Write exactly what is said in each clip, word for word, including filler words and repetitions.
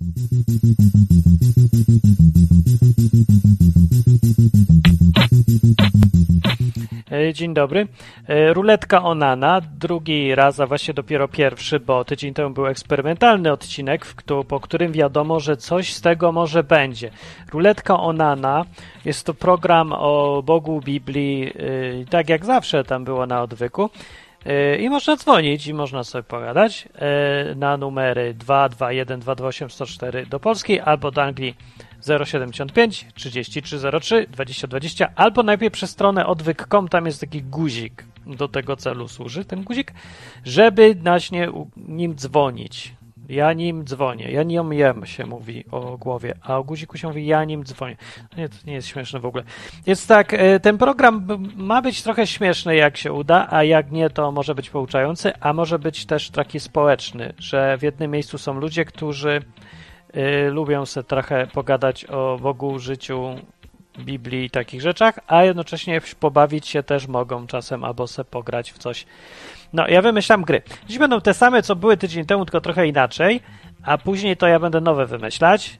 Dzień dobry. Ruletka Onana, drugi raz, a właśnie dopiero pierwszy, bo tydzień temu był eksperymentalny odcinek, po którym wiadomo, że coś z tego może będzie. Ruletka Onana jest to program o Bogu Biblii, tak jak zawsze tam było na odwyku. I można dzwonić i można sobie pogadać na numery dwa dwa jeden dwa dwa osiem zero cztery do Polski albo do Anglii zero siedemdziesiąt pięć trzydzieści trzy zero trzy dwadzieścia dwadzieścia albo najpierw przez stronę odwyk kropka com, tam jest taki guzik, do tego celu służy ten guzik, żeby naśnie nim dzwonić. Ja nim dzwonię, ja nią jem się mówi o głowie, a o guziku się mówi ja nim dzwonię. Nie, to nie jest śmieszne w ogóle. Jest tak, ten program ma być trochę śmieszny jak się uda, a jak nie, to może być pouczający, a może być też taki społeczny, że w jednym miejscu są ludzie, którzy y, lubią sobie trochę pogadać o Bogu, życiu, Biblii i takich rzeczach, a jednocześnie pobawić się też mogą czasem albo se pograć w coś. No, ja wymyślam gry. Dziś będą te same, co były tydzień temu, tylko trochę inaczej, a później to ja będę nowe wymyślać.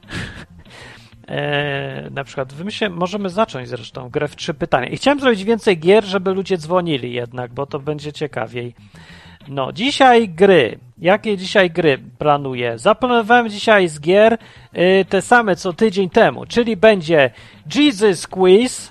eee, na przykład wymyślę, możemy zacząć zresztą grę w trzy pytania. I chciałem zrobić więcej gier, żeby ludzie dzwonili jednak, bo to będzie ciekawiej. No, dzisiaj gry. Jakie dzisiaj gry planuję? Zaplanowałem dzisiaj z gier y, te same, co tydzień temu, czyli będzie Jesus Quiz,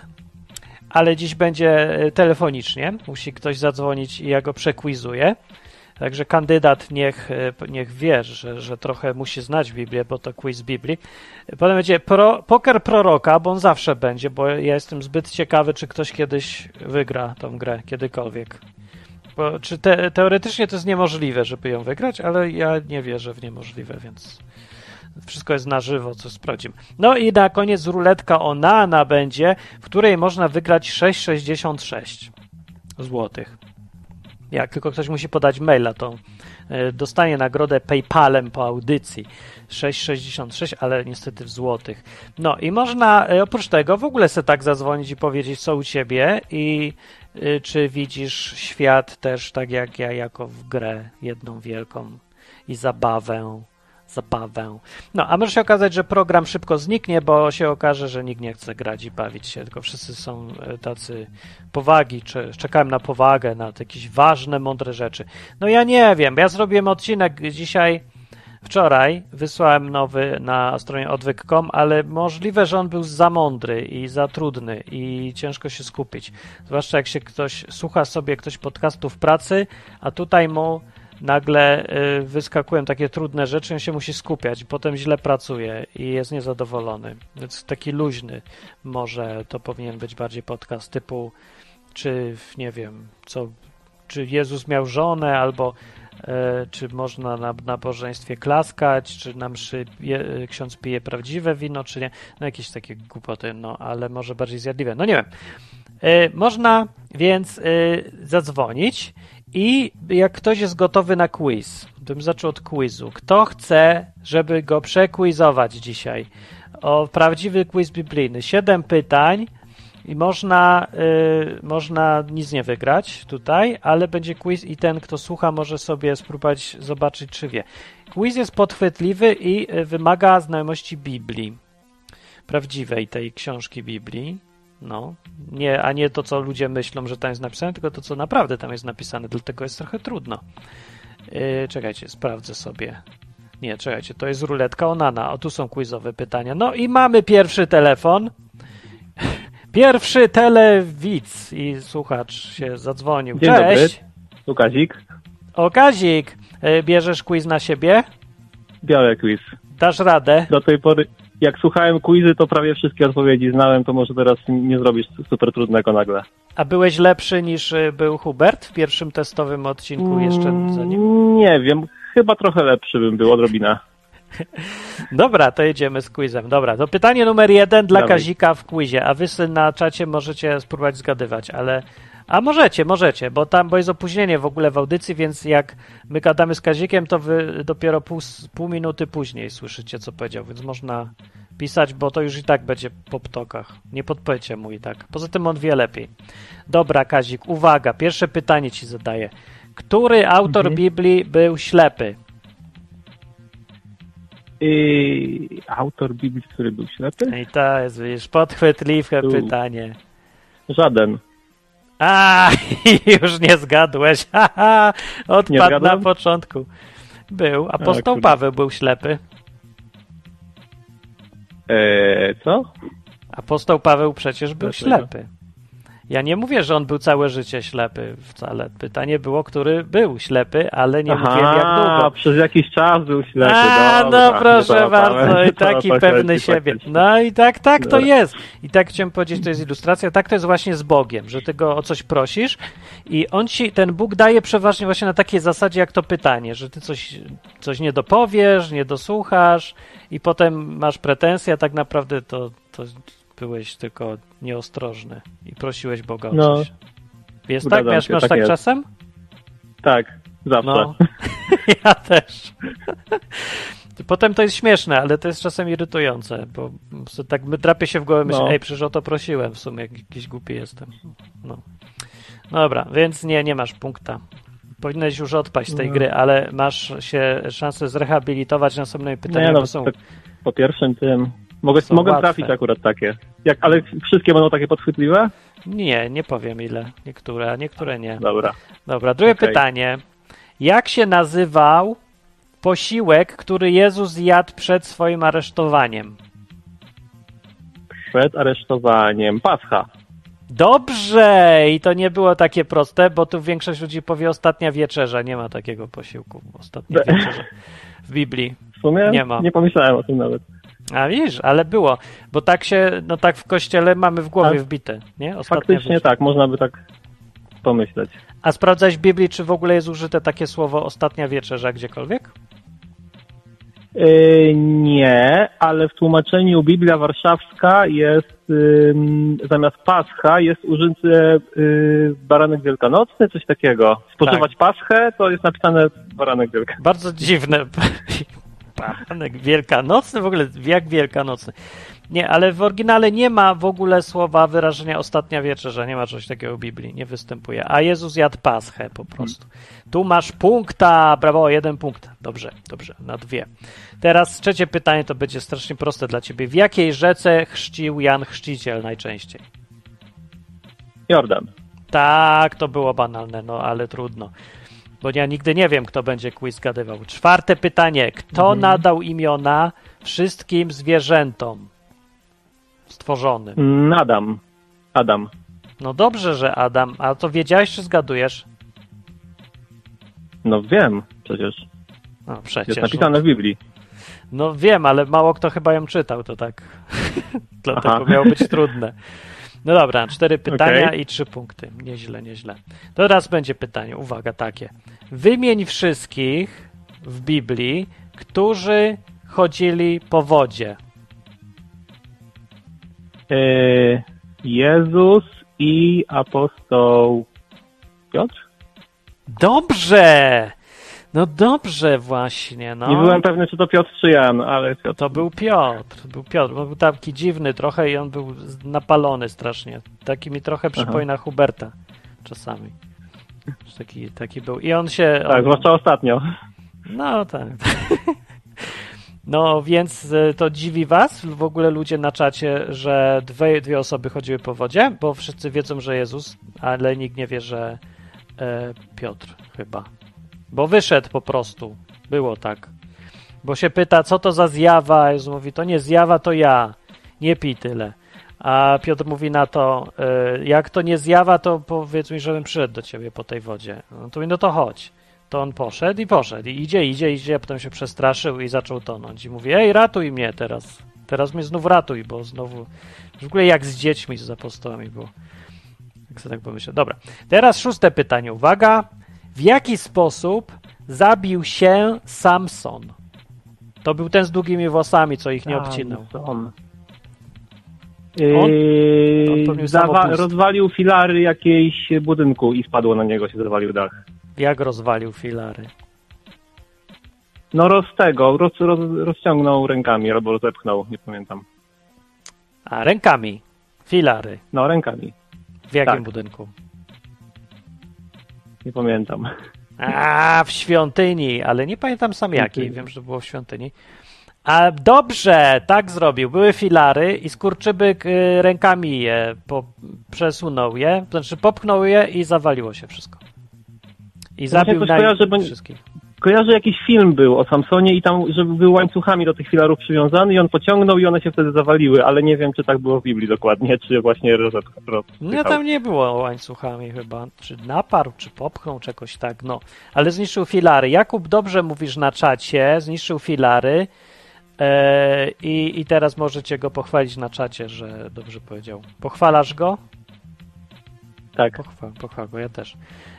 ale dziś będzie telefonicznie. Musi ktoś zadzwonić i ja go przekwizuję. Także kandydat niech, niech wie, że, że trochę musi znać Biblię, bo to quiz Biblii. Potem będzie pro, poker proroka, bo on zawsze będzie, bo ja jestem zbyt ciekawy, czy ktoś kiedyś wygra tą grę, kiedykolwiek. Bo, czy te, teoretycznie to jest niemożliwe, żeby ją wygrać, ale ja nie wierzę w niemożliwe, więc wszystko jest na żywo, co sprawdzimy. No i na koniec ruletka Onana będzie, w której można wygrać sześć przecinek sześćdziesiąt sześć złotych. Jak tylko ktoś musi podać maila, to dostanie nagrodę PayPalem po audycji. sześć przecinek sześćdziesiąt sześć, ale niestety w złotych. No i można oprócz tego w ogóle sobie tak zadzwonić i powiedzieć, co u ciebie i y, czy widzisz świat też tak jak ja, jako w grę jedną wielką i zabawę. zabawę. No, a może się okazać, że program szybko zniknie, bo się okaże, że nikt nie chce grać i bawić się, tylko wszyscy są tacy powagi, czy czekałem na powagę, na jakieś ważne, mądre rzeczy. No ja nie wiem, ja zrobiłem odcinek dzisiaj, wczoraj, wysłałem nowy na stronie odwyk kropka com, ale możliwe, że on był za mądry i za trudny i ciężko się skupić. Zwłaszcza jak się ktoś, słucha sobie ktoś podcastu w pracy, a tutaj mu nagle y, wyskakują takie trudne rzeczy, on się musi skupiać, potem źle pracuje i jest niezadowolony. Więc taki luźny może to powinien być bardziej podcast typu czy, nie wiem, co, czy Jezus miał żonę, albo y, czy można na nabożeństwie klaskać, czy na mszy je, ksiądz pije prawdziwe wino, czy nie. No jakieś takie głupoty, no ale może bardziej zjadliwe. No nie wiem. Y, można więc y, zadzwonić i jak ktoś jest gotowy na quiz, bym zaczął od quizu. Kto chce, żeby go przequizować dzisiaj? O prawdziwy quiz biblijny. Siedem pytań i można, yy, można nic nie wygrać tutaj, ale będzie quiz i ten, kto słucha, może sobie spróbować zobaczyć, czy wie. Quiz jest podchwytliwy i wymaga znajomości Biblii. Prawdziwej tej książki Biblii. No, nie, a nie to, co ludzie myślą, że tam jest napisane, tylko to, co naprawdę tam jest napisane, dlatego jest trochę trudno. Yy, czekajcie, sprawdzę sobie. Nie, czekajcie, to jest ruletka Onana. O, tu są quizowe pytania. No i mamy pierwszy telefon. Pierwszy telewidz i słuchacz się zadzwonił. Dzień Cześć. Dobry. Tu Kazik. O, Kazik, yy, bierzesz quiz na siebie? Biorę quiz. Dasz radę? Do tej pory, jak słuchałem quizy, to prawie wszystkie odpowiedzi znałem, to może teraz nie zrobisz super trudnego nagle. A byłeś lepszy niż był Hubert w pierwszym testowym odcinku jeszcze za nim? Nie wiem, chyba trochę lepszy bym był, odrobinę. Dobra, to jedziemy z quizem. Dobra, to pytanie numer jeden dla Dawaj. Kazika w quizie, a wy na czacie możecie spróbować zgadywać, ale... A możecie, możecie, bo tam bo jest opóźnienie w ogóle w audycji, więc jak my gadamy z Kazikiem, to wy dopiero pół, pół minuty później słyszycie, co powiedział, więc można pisać, bo to już i tak będzie po ptokach. Nie podpowiecie mu i tak. Poza tym on wie lepiej. Dobra, Kazik, uwaga, pierwsze pytanie ci zadaję. Który autor mhm. Biblii był ślepy? Yy, autor Biblii, który był ślepy? I to jest, wiesz, podchwytliwe Tu. pytanie. Żaden. A, już nie zgadłeś. Haha, Nie odpadł na zgadłem? początku. Był. Apostoł kurde. Paweł był ślepy. Eee, co? Apostoł Paweł przecież był Dlaczego? ślepy. Ja nie mówię, że on był całe życie ślepy wcale. Pytanie było, który był ślepy, ale nie Aha, mówiłem jak długo. przez jakiś czas był ślepy. A, dobra, no proszę nie bardzo, załapałem. i taki To pewny chodzi siebie. faktycznie. No i tak, tak to Dobra. jest. I tak chciałem powiedzieć, to jest ilustracja, tak to jest właśnie z Bogiem, że ty go o coś prosisz i on ci, ten Bóg daje przeważnie właśnie na takiej zasadzie jak to pytanie, że ty coś, coś nie dopowiesz, nie dosłuchasz i potem masz pretensje, a tak naprawdę to, to byłeś tylko nieostrożny i prosiłeś Boga o No. coś. Jest Zgadzam tak? Masz, się, masz tak tak jest. czasem? Tak, zawsze. No, ja też. Potem to jest śmieszne, ale to jest czasem irytujące, bo tak my drapię się w głowę, myślę, No. ej, przecież o to prosiłem w sumie, jak jakiś głupi jestem. No. Dobra, więc nie, nie masz punkta. Powinieneś już odpaść z tej No. gry, ale masz się szansę zrehabilitować następnymi pytaniami, Nie no, bo są... tak po pierwszym tym... Mogę, Są mogę łatwe. trafić akurat takie. Jak, ale wszystkie będą takie podchwytliwe? Nie, nie powiem ile. Niektóre, a niektóre nie. Dobra. Dobra, drugie Okej. pytanie. Jak się nazywał posiłek, który Jezus jadł przed swoim aresztowaniem? Przed aresztowaniem. Pascha. Dobrze! I to nie było takie proste, bo tu większość ludzi powie ostatnia wieczerza. Nie ma takiego posiłku. Ostatnia Be- wieczerza w Biblii. W sumie Nie ma. nie pomyślałem o tym nawet. A widzisz, ale było. Bo tak się, no tak w kościele mamy w głowie Tak. wbite, nie? Ostatnia Faktycznie wieczerza. tak, można by tak pomyśleć. A sprawdzałeś w Biblii, czy w ogóle jest użyte takie słowo ostatnia wieczerza gdziekolwiek? Yy, nie, ale w tłumaczeniu Biblia Warszawska jest ym, zamiast pascha jest użyty yy, baranek wielkanocny, coś takiego. Spożywać paschę to jest napisane baranek wielkanocny. Bardzo dziwne. Baranek wielkanocny? W ogóle jak wielkanocny? Nie, ale w oryginale nie ma w ogóle słowa wyrażenia ostatnia wieczerza. Nie ma czegoś takiego w Biblii. Nie występuje. A Jezus jadł paschę po prostu. Tu masz punkta. Brawo, jeden punkt. Dobrze, dobrze. Na dwie. Teraz trzecie pytanie to będzie strasznie proste dla ciebie. W jakiej rzece chrzcił Jan Chrzciciel najczęściej? Jordan. Tak, to było banalne, no ale trudno. Bo ja nigdy nie wiem, kto będzie quiz zgadywał. Czwarte pytanie. Kto Mhm. nadał imiona wszystkim zwierzętom stworzonym? Mm, Adam. Adam. No dobrze, że Adam. A to wiedziałeś, czy zgadujesz? No wiem przecież. No Jest przecież. napisane w Biblii. No, no wiem, ale mało kto chyba ją czytał, to tak. Dlatego Aha. miało być trudne. No dobra, cztery pytania Okej. i trzy punkty. Nieźle, nieźle. Teraz będzie pytanie, uwaga, takie. Wymień wszystkich w Biblii, którzy chodzili po wodzie. Yy, Jezus i apostoł Piotr? Dobrze! No dobrze właśnie, no. Nie byłem pewny, czy to Piotr, czy Jan, ale Piotr. To był Piotr, był Piotr. On był taki dziwny trochę i on był z- napalony strasznie. Taki mi trochę przypomina Huberta czasami. Że Taki, taki był. I on się... Tak, on, zwłaszcza ostatnio. No tak. No więc y, to dziwi was w ogóle ludzie na czacie, że dwie, dwie osoby chodziły po wodzie, bo wszyscy wiedzą, że Jezus, ale nikt nie wie, że e, Piotr chyba. Bo wyszedł po prostu. Było tak. Bo się pyta, co to za zjawa? Jezus mówi, to nie zjawa, to ja. Nie pij tyle. A Piotr mówi na to, y, jak to nie zjawa, to powiedz mi, żebym przyszedł do ciebie po tej wodzie. No to mówi, no to chodź. To on poszedł i poszedł. I idzie, idzie, idzie, a potem się przestraszył i zaczął tonąć. I mówi, ej, ratuj mnie teraz. Teraz mnie znów ratuj, bo znowu... W ogóle jak z dziećmi, z apostołami było. Jak sobie tak pomyślę. Dobra. Teraz szóste pytanie. Uwaga. W jaki sposób zabił się Samson? To był ten z długimi włosami, co ich nie obcinał. On. On Yy, popełnił zawa- samobójstwo. rozwalił filary jakiejś budynku i spadło na niego, się zawalił dach. Jak rozwalił filary? No roz tego, roz, roz, rozciągnął rękami albo rozepchnął, nie pamiętam. A, rękami. Filary. No rękami, W jakim Tak. budynku? nie pamiętam. A, w świątyni, ale nie pamiętam sam jakiej. Świątyni. Wiem, że to było w świątyni. A dobrze, tak zrobił. Były filary i skurczybyk y, rękami je po, przesunął je, znaczy popchnął je i zawaliło się wszystko. I zabił coś naj... kojarzę, bo... wszystkich. Kojarzę, jakiś film był o Samsonie i tam, żeby był łańcuchami do tych filarów przywiązany i on pociągnął i one się wtedy zawaliły, ale nie wiem, czy tak było w Biblii dokładnie, czy właśnie rozetka. No tam nie było łańcuchami chyba, czy naparł, czy popchnął, czegoś tak, no. Ale zniszczył filary. Jakub, dobrze mówisz na czacie, zniszczył filary e, i, i teraz możecie go pochwalić na czacie, że dobrze powiedział. Pochwalasz go? Tak. Pochwal, pochwal go, ja też.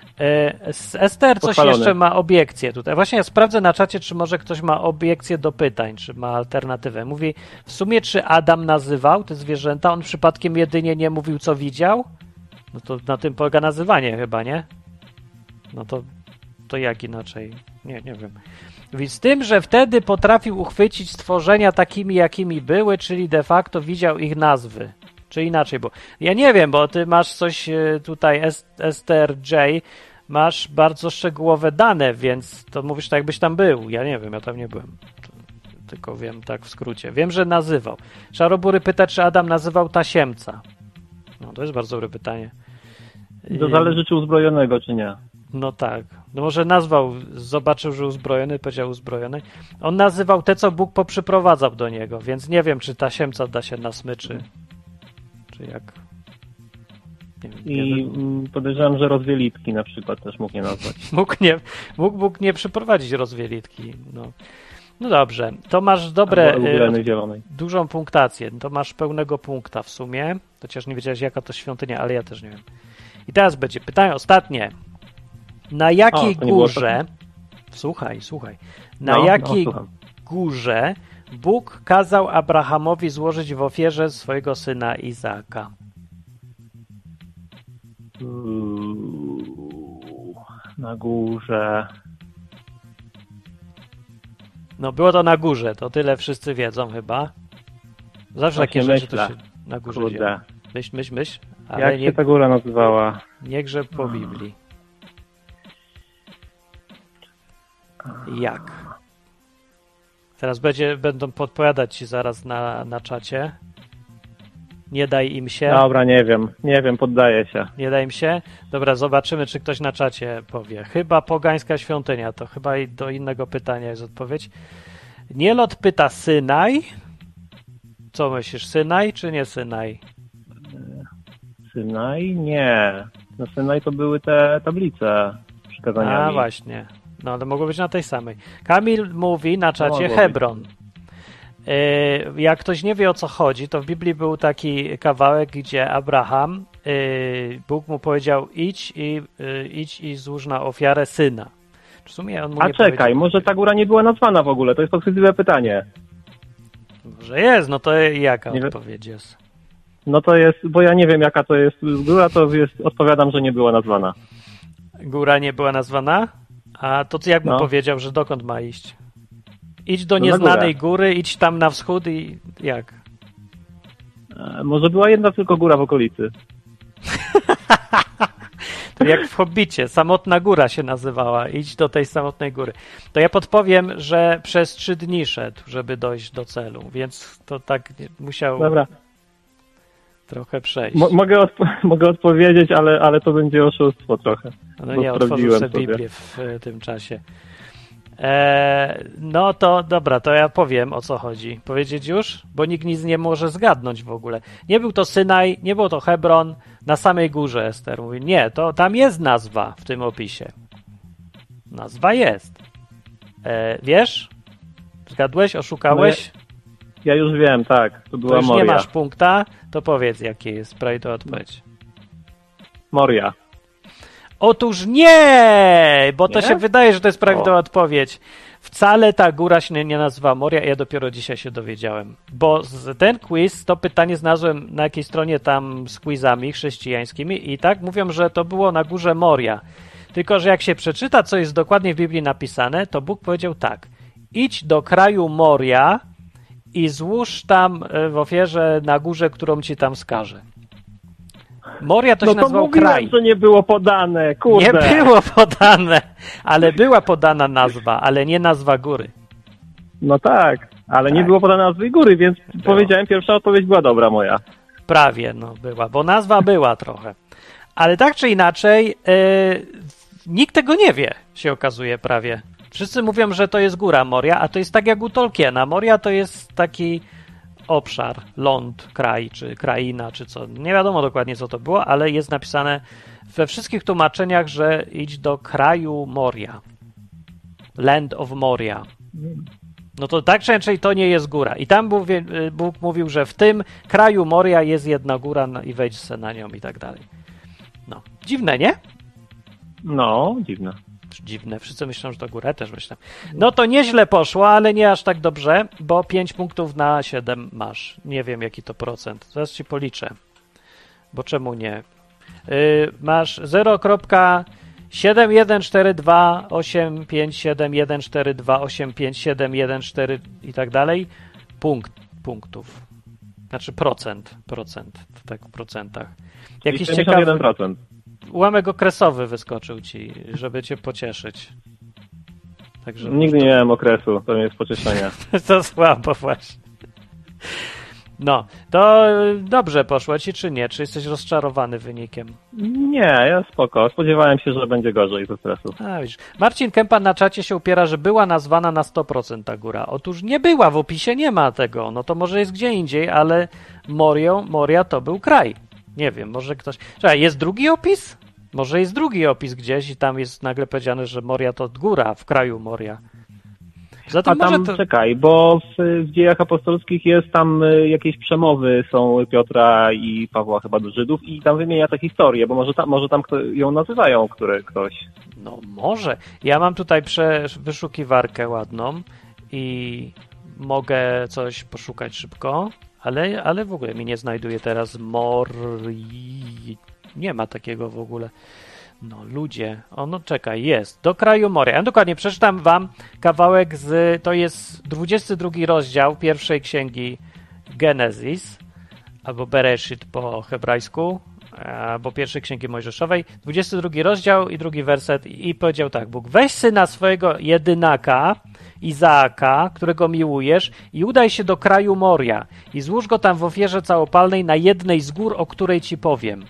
Ester coś Pochwalony. jeszcze ma obiekcję tutaj. Właśnie ja sprawdzę na czacie, czy może ktoś ma obiekcję do pytań, czy ma alternatywę. Mówi, w sumie czy Adam nazywał te zwierzęta? On przypadkiem jedynie nie mówił, co widział? No to na tym polega nazywanie chyba, nie? No to, to jak inaczej? Nie, nie wiem. Więc z tym, że wtedy potrafił uchwycić stworzenia takimi, jakimi były, czyli de facto widział ich nazwy. Czy inaczej, bo ja nie wiem, bo ty masz coś tutaj, Esther J, masz bardzo szczegółowe dane, więc to mówisz tak, jakbyś tam był. Ja nie wiem, ja tam nie byłem. Tylko wiem tak w skrócie. Wiem, że nazywał. Szarobury pyta, czy Adam nazywał tasiemca. No, to jest bardzo dobre pytanie. To zależy, czy uzbrojonego, czy nie. No tak. No może nazwał, zobaczył, że uzbrojony, powiedział uzbrojony. On nazywał te, co Bóg poprzyprowadzał do niego, więc nie wiem, czy tasiemca da się na smyczy. Czy jak? Nie wiem, I nie podejrzewam, że rozwielitki na przykład też mógł nie nazwać. mógł, nie, mógł, mógł nie przyprowadzić rozwielitki. No, no dobrze, to masz dobre, y, dużą punktację. To masz pełnego punkta w sumie. Chociaż nie wiedziałeś, jaka to świątynia, ale ja też nie wiem. I teraz będzie pytanie ostatnie. Na jakiej o, górze... Słuchaj, słuchaj. Na no, jakiej no, górze Bóg kazał Abrahamowi złożyć w ofierze swojego syna Izaaka? Na górze... No było to na górze, to tyle wszyscy wiedzą chyba. Zawsze Właśnie takie rzeczy myślę. to się na górze Kurde. dzieje. Myśl, myśl, myśl. Ale Jak nie, się ta góra nazywała? nie grzeb po Biblii. Jak? Teraz będzie, będą podpowiadać ci zaraz na, na czacie. Nie daj im się. Dobra, nie wiem. Nie wiem, poddaję się. Nie daj im się? Dobra, zobaczymy, czy ktoś na czacie powie. Chyba pogańska świątynia, to chyba i do innego pytania jest odpowiedź. Nielot pyta Synaj. Co myślisz, Synaj czy nie Synaj? Synaj? Nie. Na Synaj to były te tablice z przykazaniami. A właśnie. No ale mogło być na tej samej. Kamil mówi na czacie no, Hebron. Yy, jak ktoś nie wie, o co chodzi, to w Biblii był taki kawałek, gdzie Abraham, yy, Bóg mu powiedział idź i, yy, idź i złóż na ofiarę syna. W sumie on mu A nie czekaj, powiedział. może ta góra nie była nazwana w ogóle? To jest podchwytliwe pytanie. Może jest, no to jaka nie odpowiedź jest? No to jest, bo ja nie wiem, jaka to jest góra, to jest, odpowiadam, że nie była nazwana. Góra nie była nazwana? A to jak mu no. powiedział, że dokąd ma iść? Idź do no nieznanej góry, idź tam na wschód i jak? E, może była jedna tylko góra w okolicy. To jak w Hobbicie, samotna góra się nazywała. Idź do tej samotnej góry. To ja podpowiem, że przez trzy dni szedł, żeby dojść do celu, więc to tak musiał Dobra. trochę przejść. Mo- mogę, odpo- mogę odpowiedzieć, ale, ale to będzie oszustwo trochę. No nie, otworzył sobie Biblię w tym czasie. Eee, no to dobra, to ja powiem, o co chodzi. Powiedzieć już? Bo nikt nic nie może zgadnąć w ogóle. Nie był to Synaj, nie było to Hebron, na samej górze Ester mówi. Nie, to tam jest nazwa w tym opisie. Nazwa jest. Eee, wiesz? Zgadłeś? Oszukałeś? No ja, ja już wiem, tak. To była to już Moria. nie masz punkta, to powiedz, jakie jest prawidłowa odpowiedź. Moria. Otóż nie, bo to nie? się wydaje, że to jest prawidłowa o. odpowiedź. Wcale ta góra się nie nazywa Moria, ja dopiero dzisiaj się dowiedziałem. Bo z, ten quiz, to pytanie znalazłem na jakiejś stronie tam z quizami chrześcijańskimi i tak mówią, że to było na górze Moria. Tylko że jak się przeczyta, co jest dokładnie w Biblii napisane, to Bóg powiedział tak. Idź do kraju Moria i złóż tam w ofierze na górze, którą ci tam wskaże. Moria to no się to nazywał mówiłem, kraj. że nie było podane, kurde. Nie było podane, ale była podana nazwa, ale nie nazwa góry. No tak. Ale tak. nie było podane nazwy góry, więc Było. powiedziałem, pierwsza odpowiedź była dobra moja. Prawie, no była, bo nazwa była trochę. Ale tak czy inaczej, yy, nikt tego nie wie, się okazuje prawie. Wszyscy mówią, że to jest góra Moria, a to jest tak jak u Tolkiena. Moria to jest taki obszar, ląd, kraj, czy kraina, czy co. Nie wiadomo dokładnie, co to było, ale jest napisane we wszystkich tłumaczeniach, że idź do kraju Moria. Land of Moria. No to tak czy inaczej to nie jest góra. I tam Bóg, Bóg mówił, że w tym kraju Moria jest jedna góra no, i wejdź se na nią i tak dalej. No. Dziwne, nie? No, dziwne. Dziwne. Wszyscy myślą, że to góra. Ja też myślę. No to nieźle poszło, ale nie aż tak dobrze, bo pięć punktów na siedem masz. Nie wiem, jaki to procent. Zaraz ci policzę. Bo czemu nie? Yy, masz zero przecinek siedem jeden cztery dwa osiem pięć siedem jeden cztery dwa osiem pięć siedem jeden cztery i tak dalej. Punkt, punktów. Znaczy procent. Procent. Tak w procentach. Jakiś siedemdziesiąt jeden ciekawy procent. ułamek okresowy wyskoczył ci, żeby cię pocieszyć. Także Nigdy nie miałem okresu, to jest pocieszenie. to słabo właśnie. No, to dobrze poszło ci, czy nie? Czy jesteś rozczarowany wynikiem? Nie, ja spoko. Spodziewałem się, że będzie gorzej ze stresu. A, widzisz. Marcin Kępa na czacie się upiera, że była nazwana na sto procent ta góra. Otóż nie była, w opisie nie ma tego. No to może jest gdzie indziej, ale Morio, Moria to był kraj. Nie wiem, może ktoś... Czekaj, jest drugi opis? Może jest drugi opis gdzieś i tam jest nagle powiedziane, że Moria to góra w kraju Moria. Zatem A tam, może to... czekaj, bo w, w dziejach apostolskich jest tam y, jakieś przemowy są Piotra i Pawła chyba do Żydów i tam wymienia tę historię, bo może tam, może tam kto, ją nazywają który, ktoś. No może. Ja mam tutaj prze... wyszukiwarkę ładną i mogę coś poszukać szybko, ale, ale w ogóle mi nie znajduje teraz Morii. Nie ma takiego w ogóle. No ludzie, o no czekaj, jest. Do kraju Moria. Ja dokładnie przeczytam wam kawałek z, to jest dwudziesty drugi rozdział pierwszej księgi Genesis, albo Bereshit po hebrajsku, albo pierwszej księgi mojżeszowej. dwudziesty drugi rozdział i drugi werset i powiedział tak, Bóg, weź syna swojego jedynaka, Izaaka, którego miłujesz i udaj się do kraju Moria i złóż go tam w ofierze całopalnej na jednej z gór, o której ci powiem.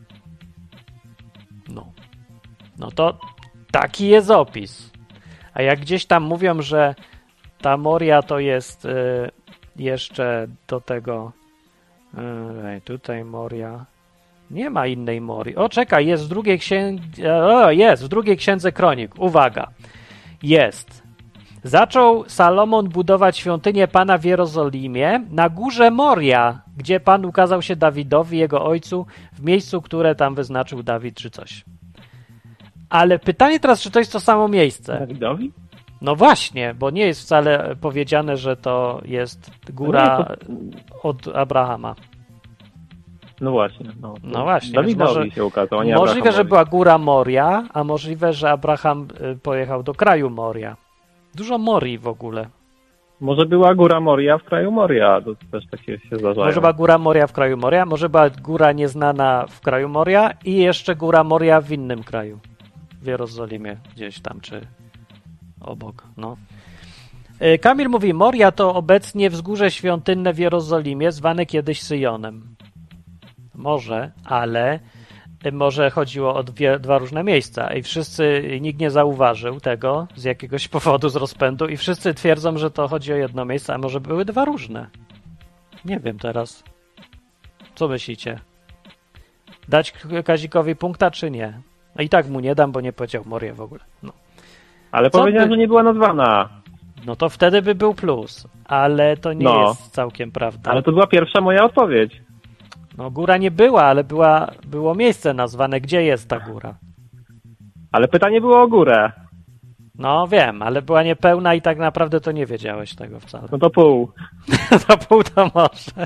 No. No to taki jest opis. A jak gdzieś tam mówią, że ta Moria to jest y, jeszcze do tego y, tutaj Moria. Nie ma innej Morii. O, czekaj, jest w drugiej księdze o, jest w drugiej księdze Kronik. Uwaga. Jest. Zaczął Salomon budować świątynię Pana w Jerozolimie na górze Moria, gdzie Pan ukazał się Dawidowi, jego ojcu, w miejscu, które tam wyznaczył Dawid, czy coś. Ale pytanie teraz, czy to jest to samo miejsce? Dawidowi? No właśnie, bo nie jest wcale powiedziane, że to jest góra No, to... od Abrahama. no właśnie. No, No właśnie. Dawidowi Może, się ukazał, a nie możliwe, Abrahamowi. że była góra Moria, a możliwe, że Abraham pojechał do kraju Moria. Dużo Morii w ogóle. Może była góra Moria w kraju Moria, to też takie się zdarzają. Może była góra Moria w kraju Moria, może była góra nieznana w kraju Moria i jeszcze góra Moria w innym kraju. W Jerozolimie gdzieś tam, czy obok, no. Kamil mówi, Moria to obecnie wzgórze świątynne w Jerozolimie, zwane kiedyś Syjonem. Może, ale może chodziło o dwie, dwa różne miejsca i wszyscy, nikt nie zauważył tego z jakiegoś powodu, z rozpędu i wszyscy twierdzą, że to chodzi o jedno miejsce, a może były dwa różne. Nie wiem teraz. Co myślicie? Dać Kazikowi punkta, czy nie? No i tak mu nie dam, bo nie powiedział Moria w ogóle. No. Ale Co powiedziałem, by... że nie była nazwana. No to wtedy by był plus, ale to nie no. jest całkiem prawda. Ale to była pierwsza moja odpowiedź. No góra nie była, ale była, było miejsce nazwane, gdzie jest ta góra. Ale pytanie było o górę. No wiem, ale była niepełna i tak naprawdę to nie wiedziałeś tego wcale. No to pół. To pół to może.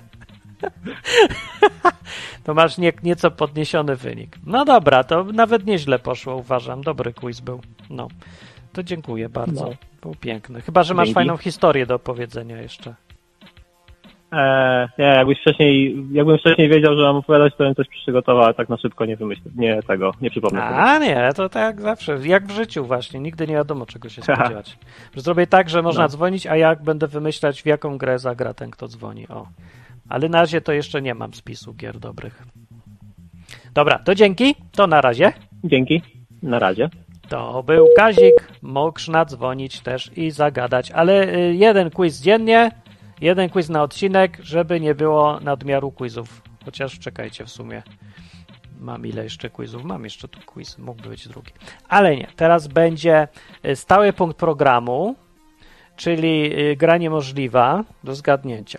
To masz nie, nieco podniesiony wynik. No dobra, to nawet nieźle poszło, uważam. Dobry quiz był. No, to dziękuję bardzo. No. Był piękny. Chyba, że masz Dzięki. fajną historię do opowiedzenia jeszcze. Eee, nie, jakbyś wcześniej, jakbym wcześniej wiedział, że mam opowiadać, to bym coś przygotował, ale tak na szybko nie wymyślę, nie tego, nie przypomnę sobie. A nie, to tak jak zawsze, jak w życiu właśnie, nigdy nie wiadomo czego się spodziewać. Zrobię tak, że można no. dzwonić, a jak będę wymyślać, w jaką grę zagra ten, kto dzwoni. O. Ale na razie to jeszcze nie mam spisu gier dobrych. Dobra, to dzięki, to na razie. Dzięki, na razie. To był Kazik, można dzwonić też i zagadać, ale jeden quiz dziennie, jeden quiz na odcinek, żeby nie było nadmiaru quizów. Chociaż czekajcie w sumie. Mam ile jeszcze quizów? Mam jeszcze tu quiz, mógłby być drugi. Ale nie, teraz będzie stały punkt programu, czyli gra niemożliwa do zgadnięcia.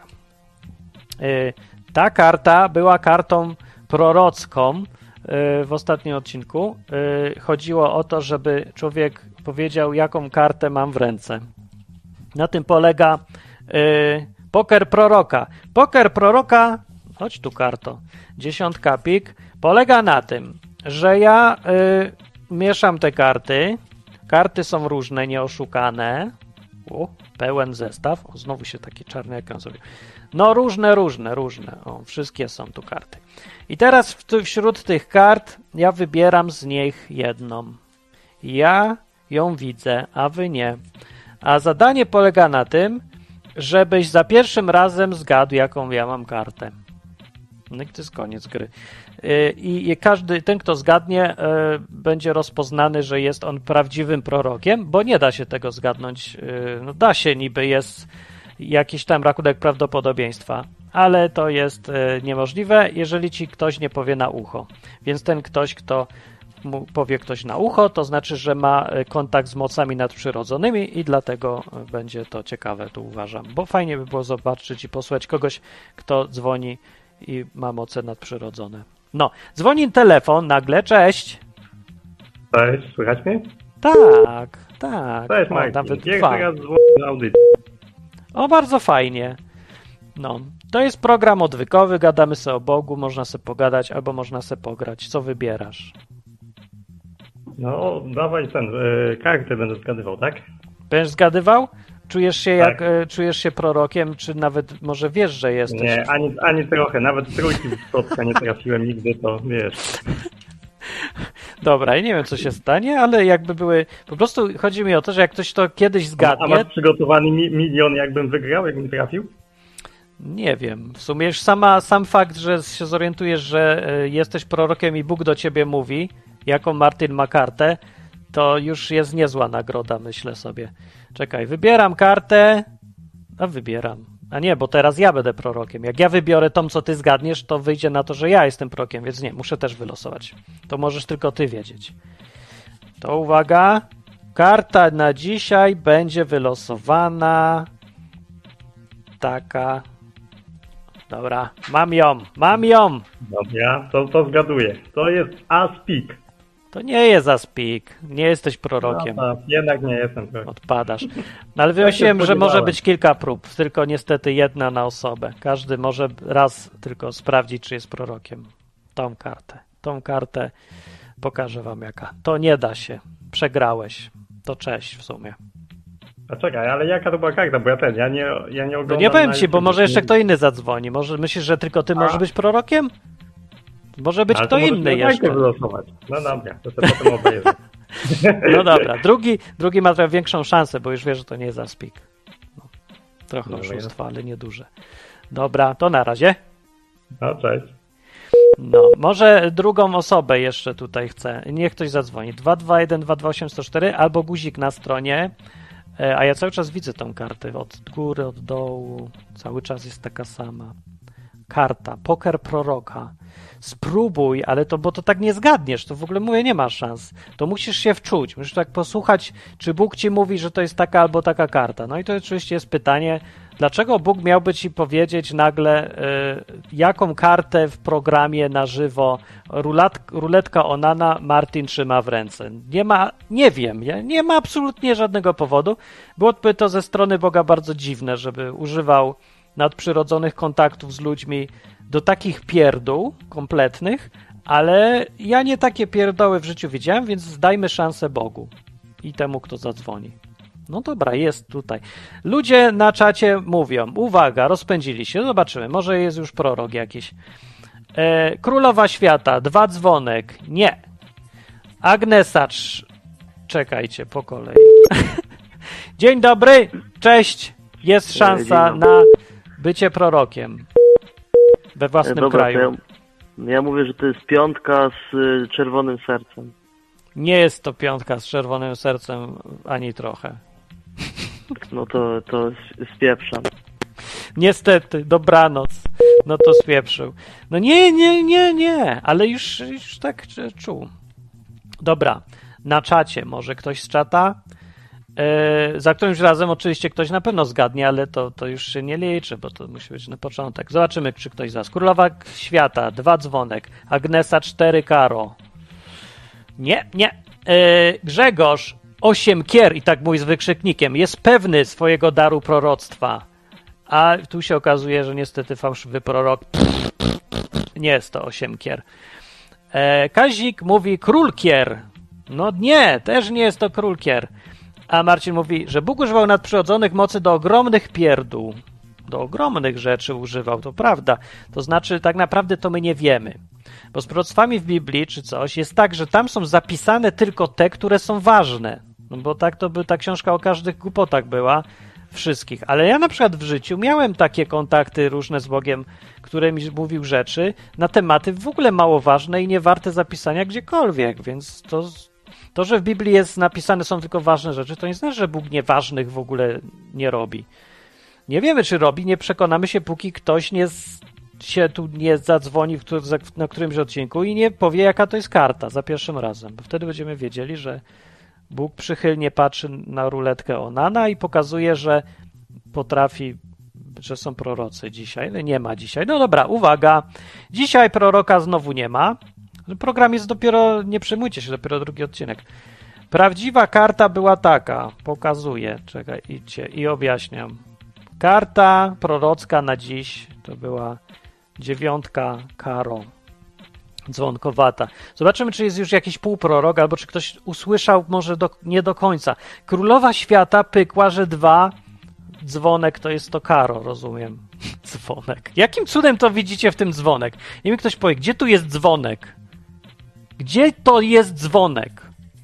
Ta karta była kartą prorocką w ostatnim odcinku. Chodziło o to, żeby człowiek powiedział, jaką kartę mam w ręce. Na tym polega poker proroka. Poker proroka, chodź tu karto, dziesiątka pik, polega na tym, że ja mieszam te karty. Karty są różne, nieoszukane. U, pełen zestaw. O, znowu się taki czarny ekran zrobił. No różne, różne, różne. O, wszystkie są tu karty. I teraz w, wśród tych kart ja wybieram z nich jedną. Ja ją widzę, a wy nie. A zadanie polega na tym, żebyś za pierwszym razem zgadł, jaką ja mam kartę. No i to jest koniec gry. I, i każdy, ten kto zgadnie, będzie rozpoznany, że jest on prawdziwym prorokiem, bo nie da się tego zgadnąć. No da się, niby jest jakiś tam rachunek prawdopodobieństwa, ale to jest niemożliwe, jeżeli ci ktoś nie powie na ucho. Więc ten ktoś, kto mu powie ktoś na ucho, to znaczy, że ma kontakt z mocami nadprzyrodzonymi i dlatego będzie to ciekawe, tu uważam. Bo fajnie by było zobaczyć i posłuchać kogoś, kto dzwoni i ma moce nadprzyrodzone. No, dzwoni telefon nagle, cześć. Cześć, słychać mnie? Tak, tak. Cześć, o, Marcin. nawet Pierwszy dwa. raz dzwonię na audycję. O, bardzo fajnie. No, to jest program odwykowy, gadamy sobie o Bogu, można sobie pogadać albo można sobie pograć. Co wybierasz? No, dawaj ten, y, kartę będę zgadywał, tak? Będziesz zgadywał? Czujesz się Tak. jak, y, czujesz się prorokiem, czy nawet może wiesz, że jesteś? Nie, ani, ani trochę, nawet trójki w spotka nie trafiłem nigdy, to wiesz. Dobra, ja nie wiem, co się stanie, ale jakby były... Po prostu chodzi mi o to, że jak ktoś to kiedyś A, a zgadnie... masz przygotowany mi, milion, jakbym wygrał, jakbym trafił? Nie wiem. W sumie już sama, sam fakt, że się zorientujesz, że y, jesteś prorokiem i Bóg do ciebie mówi, jaką Martin ma kartę, to już jest niezła nagroda, myślę sobie. Czekaj, wybieram kartę, a wybieram. A nie, bo teraz ja będę prorokiem. Jak ja wybiorę tą, co ty zgadniesz, to wyjdzie na to, że ja jestem prorokiem, więc nie, muszę też wylosować. To możesz tylko ty wiedzieć. To uwaga, karta na dzisiaj będzie wylosowana taka. Dobra, mam ją, mam ją. Dobra, to, to zgaduję. To jest Aspik. To nie jest Aspik, nie jesteś prorokiem. No, jednak nie jestem prorokiem. Odpadasz. No ale wymyśliłem, że może być kilka prób, tylko niestety jedna na osobę. Każdy może raz tylko sprawdzić, czy jest prorokiem. Tą kartę. Tą kartę pokażę wam jaka. To nie da się. Przegrałeś. To cześć w sumie. A czekaj, ale jaka to była karta? Bo ja ten, ja nie, ja nie oglądam. No nie powiem na ci, bo YouTube, może jeszcze nie... kto inny zadzwoni. Może myślisz, że tylko ty A. możesz być prorokiem? Może być ale kto to inny jeszcze. Wylosować. No dobra, to sobie potem obejrzę. No dobra, drugi, drugi ma trochę większą szansę, bo już wie, że to nie jest Aspik. No, trochę Dobra. oszustwa, ale nieduże. Dobra, to na razie. No, cześć. No, może drugą osobę jeszcze tutaj chcę. Niech ktoś zadzwoni. dwa dwa jeden dwa dwa osiem zero cztery albo guzik na stronie. A ja cały czas widzę tą kartę. Od góry, od dołu. Cały czas jest taka sama. Karta. Poker proroka. Spróbuj, ale to, bo to tak nie zgadniesz. To w ogóle mówię, nie ma szans. To musisz się wczuć. Musisz tak posłuchać, czy Bóg ci mówi, że to jest taka albo taka karta. No i to oczywiście jest pytanie, dlaczego Bóg miałby ci powiedzieć nagle, y, jaką kartę w programie na żywo rulat, ruletka Onana Martin trzyma w ręce. Nie ma, nie wiem, nie, nie ma absolutnie żadnego powodu. Byłoby to ze strony Boga bardzo dziwne, żeby używał nadprzyrodzonych kontaktów z ludźmi do takich pierdół kompletnych, ale ja nie takie pierdoły w życiu widziałem, więc dajmy szansę Bogu i temu, kto zadzwoni. No dobra, jest tutaj. Ludzie na czacie mówią, uwaga, rozpędzili się, zobaczymy, może jest już prorok jakiś. E, Królowa Świata, dwa dzwonek, nie. Agnesacz, czekajcie po kolei. Dzień dobry, cześć, jest szansa na bycie prorokiem we własnym Dobra, kraju. Ja, ja mówię, że to jest piątka z y, czerwonym sercem. Nie jest to piątka z czerwonym sercem ani trochę. No to, to spieprzam. Niestety, dobranoc. No to spieprzył. No nie, nie, nie, nie, ale już, już tak czuł. Dobra, na czacie może ktoś z czata? Yy, za którymś razem oczywiście ktoś na pewno zgadnie, ale to, to już się nie liczy, bo to musi być na początek. Zobaczymy, czy ktoś z was. Królowa Świata, dwa dzwonek. Agnesa, cztery karo. Nie, nie. Yy, Grzegorz, osiem kier, i tak mój z wykrzyknikiem, jest pewny swojego daru proroctwa. A tu się okazuje, że niestety fałszywy prorok. Nie jest to osiem kier. Yy, Kazik mówi król kier. No nie, też nie jest to król kier. A Marcin mówi, że Bóg używał nadprzyrodzonych mocy do ogromnych pierdół. Do ogromnych rzeczy używał, to prawda. To znaczy, tak naprawdę to my nie wiemy. Bo z proroctwami w Biblii czy coś jest tak, że tam są zapisane tylko te, które są ważne. No bo tak to by ta książka o każdych głupotach była. Wszystkich. Ale ja na przykład w życiu miałem takie kontakty różne z Bogiem, które mi mówił rzeczy na tematy w ogóle mało ważne i nie warte zapisania gdziekolwiek, więc to... To, że w Biblii jest napisane są tylko ważne rzeczy, to nie znaczy, że Bóg nieważnych w ogóle nie robi. Nie wiemy, czy robi, nie przekonamy się, póki ktoś nie z, się tu nie zadzwoni w, na którymś odcinku i nie powie, jaka to jest karta za pierwszym razem. Bo wtedy będziemy wiedzieli, że Bóg przychylnie patrzy na ruletkę Onana i pokazuje, że potrafi, że są prorocy dzisiaj. No nie ma dzisiaj. No dobra, uwaga. Dzisiaj proroka znowu nie ma. Program jest dopiero, nie przejmujcie się, dopiero drugi odcinek. Prawdziwa karta była taka, pokazuję, czekaj, idźcie i objaśniam. Karta prorocka na dziś to była dziewiątka karo, dzwonkowata. Zobaczymy, czy jest już jakiś półprorok, albo czy ktoś usłyszał może do, nie do końca. Królowa Świata pykła, że dwa, dzwonek to jest to karo, rozumiem. Dzwonek. Jakim cudem to widzicie w tym dzwonek? Nie mi ktoś powie, gdzie tu jest dzwonek? Gdzie to jest dzwonek?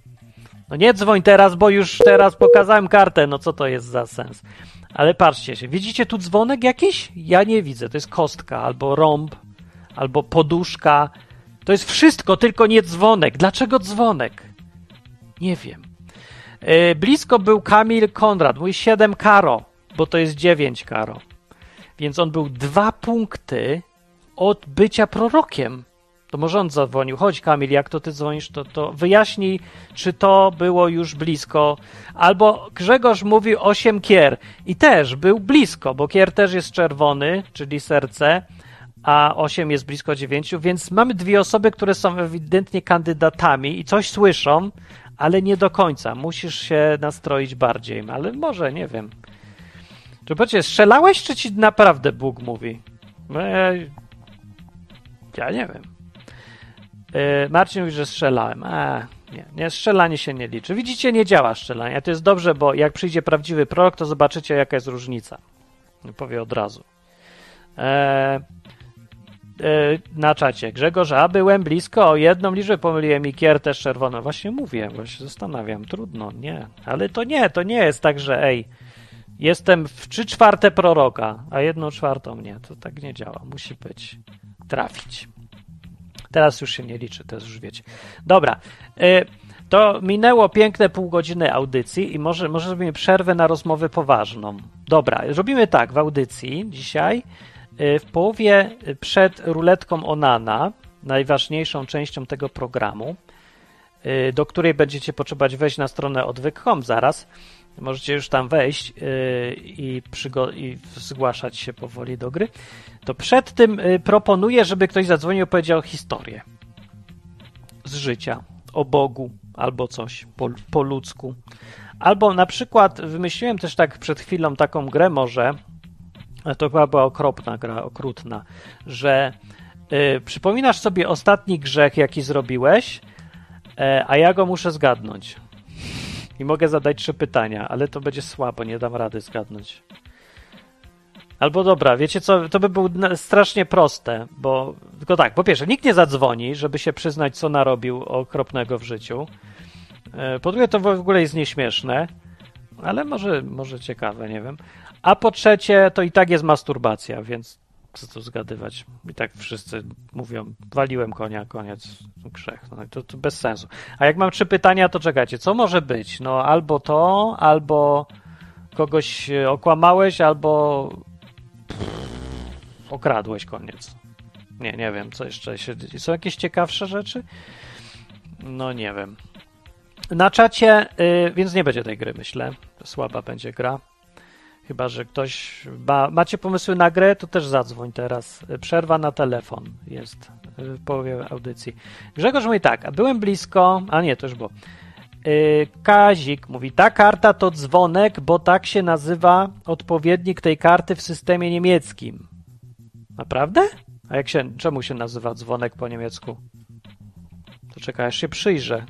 No nie dzwoń teraz, bo już teraz pokazałem kartę, no co to jest za sens? Ale patrzcie się, widzicie tu dzwonek jakiś? Ja nie widzę, to jest kostka, albo rąb, albo poduszka. To jest wszystko, tylko nie dzwonek. Dlaczego dzwonek? Nie wiem. Yy, blisko był Kamil Konrad, mój siedem karo, bo to jest dziewięć karo. Więc on był dwa punkty od bycia prorokiem. To może on zadzwonił. Chodź, Kamil, jak to ty dzwonisz, to, to wyjaśnij, czy to było już blisko. Albo Grzegorz mówił osiem kier i też był blisko, bo kier też jest czerwony, czyli serce, a osiem jest blisko dziewięciu, więc mamy dwie osoby, które są ewidentnie kandydatami i coś słyszą, ale nie do końca. Musisz się nastroić bardziej, ale może, nie wiem. Czy powiecie, strzelałeś, czy ci naprawdę Bóg mówi? No ja, ja nie wiem. Yy, Marcin mówi, że strzelałem. A, nie, nie, strzelanie się nie liczy. Widzicie, nie działa strzelanie. To jest dobrze, bo jak przyjdzie prawdziwy prorok, to zobaczycie, jaka jest różnica. Powie od razu. E, e, na czacie. Grzegorz, a byłem blisko o jedną liczbę, pomyliłem i kier też czerwoną. Właśnie mówię, właśnie zastanawiam. Trudno, nie. Ale to nie, to nie jest tak, że ej, jestem w trzy czwarte proroka, a jedną czwartą nie. To tak nie działa. Musi być. Trafić. Teraz już się nie liczy, to już wiecie. Dobra, to minęło piękne pół godziny audycji i może, może zrobimy przerwę na rozmowę poważną. Dobra, robimy tak w audycji dzisiaj, w połowie przed ruletką Onana, najważniejszą częścią tego programu, do której będziecie potrzebować wejść na stronę odwyk kropka com zaraz. Możecie już tam wejść i, przygo- i zgłaszać się powoli do gry. To przed tym proponuję, żeby ktoś zadzwonił i opowiedział historię z życia, o Bogu, albo coś po, po ludzku. Albo na przykład wymyśliłem też tak przed chwilą taką grę może, to chyba była okropna gra, okrutna, że y, przypominasz sobie ostatni grzech, jaki zrobiłeś, y, a ja go muszę zgadnąć. I mogę zadać trzy pytania, ale to będzie słabo, nie dam rady zgadnąć. Albo dobra, wiecie co, to by było strasznie proste, bo tylko tak, po pierwsze, nikt nie zadzwoni, żeby się przyznać, co narobił okropnego w życiu. Po drugie, to w ogóle jest nieśmieszne, ale może, może ciekawe, nie wiem. A po trzecie, to i tak jest masturbacja, więc co tu zgadywać? I tak wszyscy mówią, waliłem konia, koniec, grzech. No to, to bez sensu. A jak mam trzy pytania, to czekajcie, co może być? No albo to, albo kogoś okłamałeś, albo pff, okradłeś, koniec. Nie, nie wiem, co jeszcze się... Są jakieś ciekawsze rzeczy? No nie wiem. Na czacie, yy, więc nie będzie tej gry, myślę. Słaba będzie gra. Chyba że ktoś ma... Macie pomysły na grę, to też zadzwoń teraz. Przerwa na telefon jest w połowie audycji. Grzegorz mówi tak, a byłem blisko... A nie, to już było. Yy, Kazik mówi, ta karta to dzwonek, bo tak się nazywa odpowiednik tej karty w systemie niemieckim. Naprawdę? A jak się... Czemu się nazywa dzwonek po niemiecku? To czekaj, aż się przyjrzę.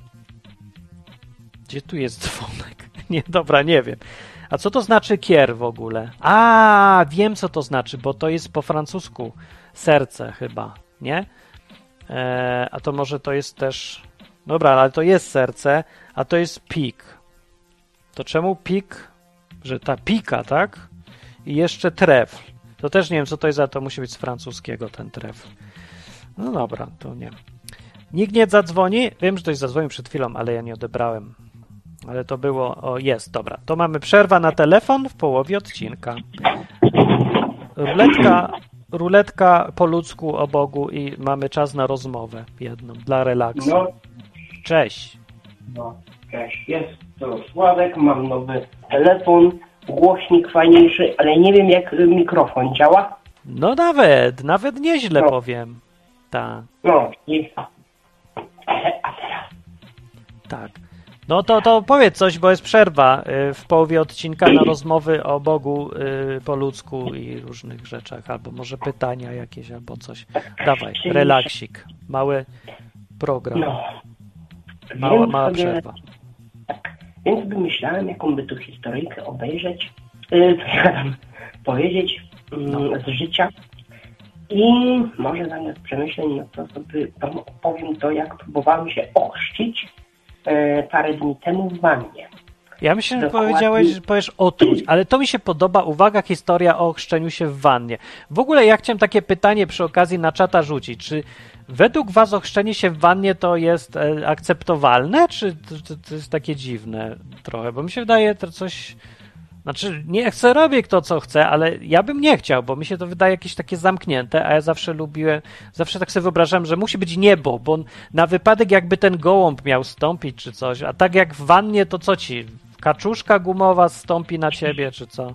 Gdzie tu jest dzwonek? Nie, dobra, nie wiem. A co to znaczy kier w ogóle? A, wiem co to znaczy, bo to jest po francusku serce chyba, nie? Eee, a to może to jest też... Dobra, ale to jest serce, a to jest pik. To czemu pik? Że ta pika, tak? I jeszcze trefl. To też nie wiem co to jest, ale to musi być z francuskiego ten trefl. No dobra, to nie. Nikt nie zadzwoni? Wiem, że ktoś zadzwonił przed chwilą, ale ja nie odebrałem. Ale to było... O, jest, dobra. To mamy przerwa na telefon w połowie odcinka. Ruletka, ruletka po ludzku o Bogu i mamy czas na rozmowę jedną, dla relaksu. No, Cześć. no, cześć. Jest to Sławek, mam nowy telefon, głośnik fajniejszy, ale nie wiem jak mikrofon działa. No nawet, nawet nieźle No. powiem. Tak, No, i... Ale, a teraz... tak. No to, to powiedz coś, bo jest przerwa y, w połowie odcinka na rozmowy o Bogu y, po ludzku i różnych rzeczach, albo może pytania jakieś, albo coś. Dawaj, relaksik. Mały program. No. Mała, Więc mała sobie- przerwa. Tak, więc wymyślałem, jaką by tu historyjkę obejrzeć, yy, powiedzieć yy, z życia. I może zamiast przemyśleń, no to sobie wam opowiem to, jak próbowałem się ochrzcić yy, parę dni temu w wannie. Ja myślę, że Dokładnie. powiedziałeś, że powiesz otruć, ale to mi się podoba. Uwaga, historia o ochrzczeniu się w wannie. W ogóle ja chciałem takie pytanie przy okazji na czata rzucić. Czy według was ochrzczenie się w wannie to jest e, akceptowalne, czy to, to, to jest takie dziwne trochę? Bo mi się wydaje to coś... Znaczy, nie chcę robić kto co chce, ale ja bym nie chciał, bo mi się to wydaje jakieś takie zamknięte, a ja zawsze lubiłem, zawsze tak sobie wyobrażam, że musi być niebo, bo na wypadek jakby ten gołąb miał stąpić czy coś, a tak jak w wannie, to co ci? Kaczuszka gumowa stąpi na ciebie, czy co?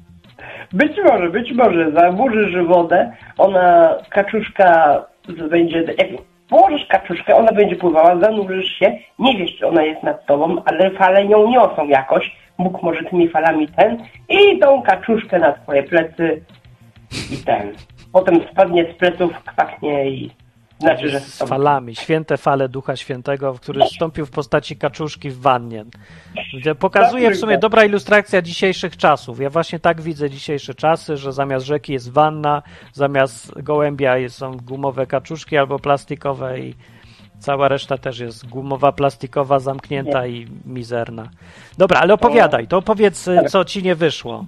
Być może, być może, zaburzysz wodę, ona, kaczuszka będzie, jak położysz kaczuszkę, ona będzie pływała, zanurzysz się, nie wiesz, czy ona jest nad tobą, ale fale nią niosą jakoś, Bóg może tymi falami ten, i tą kaczuszkę na twoje plecy i ten. Potem spadnie z pleców, kwaknie i znaczy, że... Z falami, święte fale Ducha Świętego, który wstąpił w postaci kaczuszki w wannie. Pokazuje w sumie dobra ilustracja dzisiejszych czasów. Ja właśnie tak widzę dzisiejsze czasy, że zamiast rzeki jest wanna, zamiast gołębia są gumowe kaczuszki albo plastikowe i cała reszta też jest gumowa, plastikowa, zamknięta i mizerna. Dobra, ale opowiadaj, to opowiedz, co ci nie wyszło.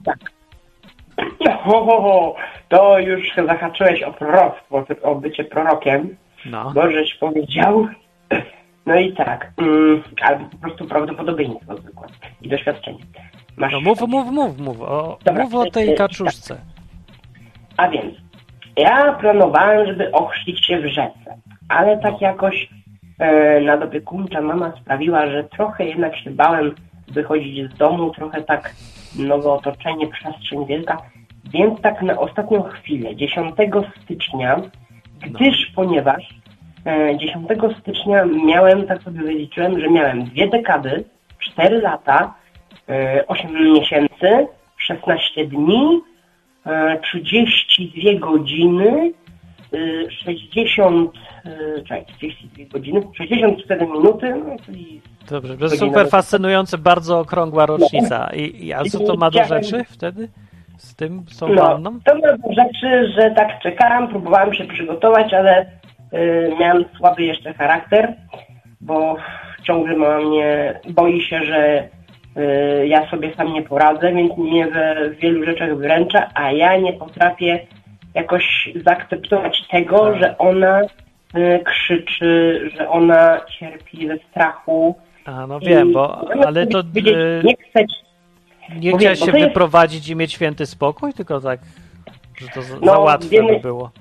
Ho, ho, ho. To już zahaczyłeś o proroctwo, o bycie prorokiem, No. bo żeś powiedział. No i tak, mm, albo po prostu prawdopodobieństwo zwykłe i doświadczenie. Masz No mów, mów, mów, mów o, Dobra, mów o tej kaczuszce. A więc, ja planowałem, żeby ochrzcić się w rzece, ale tak jakoś e, nadopiekuńcza mama sprawiła, że trochę jednak się bałem wychodzić z domu, trochę tak nowe otoczenie, przestrzeń wielka, więc tak na ostatnią chwilę, dziesiątego stycznia, gdyż ponieważ e, dziesiątego stycznia miałem, tak sobie wyliczyłem, że miałem dwie dekady, cztery lata, e, osiem miesięcy, szesnaście dni, trzydzieści dwie godziny y, sześćdziesiąt, y, czekaj, trzydzieści dwie godziny, sześćdziesiąt cztery minuty, no czyli... Dobrze, to jest super fascynujące, bardzo okrągła rocznica. I, i, a co to ma do rzeczy wtedy? Z tym, z tą no, wanną? To ma do rzeczy, że tak czekałam, próbowałam się przygotować, ale y, miałam słaby jeszcze charakter, bo ciągle mama mnie boi się, że y, ja sobie sam nie poradzę, więc mnie we wielu rzeczach wyręcza, a ja nie potrafię jakoś zaakceptować tego, tak. że ona y, krzyczy, że ona cierpi ze strachu. A, no wiem, bo, ale to... Y, nie chcę Nie chciałeś się jest... wyprowadzić i mieć święty spokój, tylko tak, że to za, no, za łatwe wiemy, by było.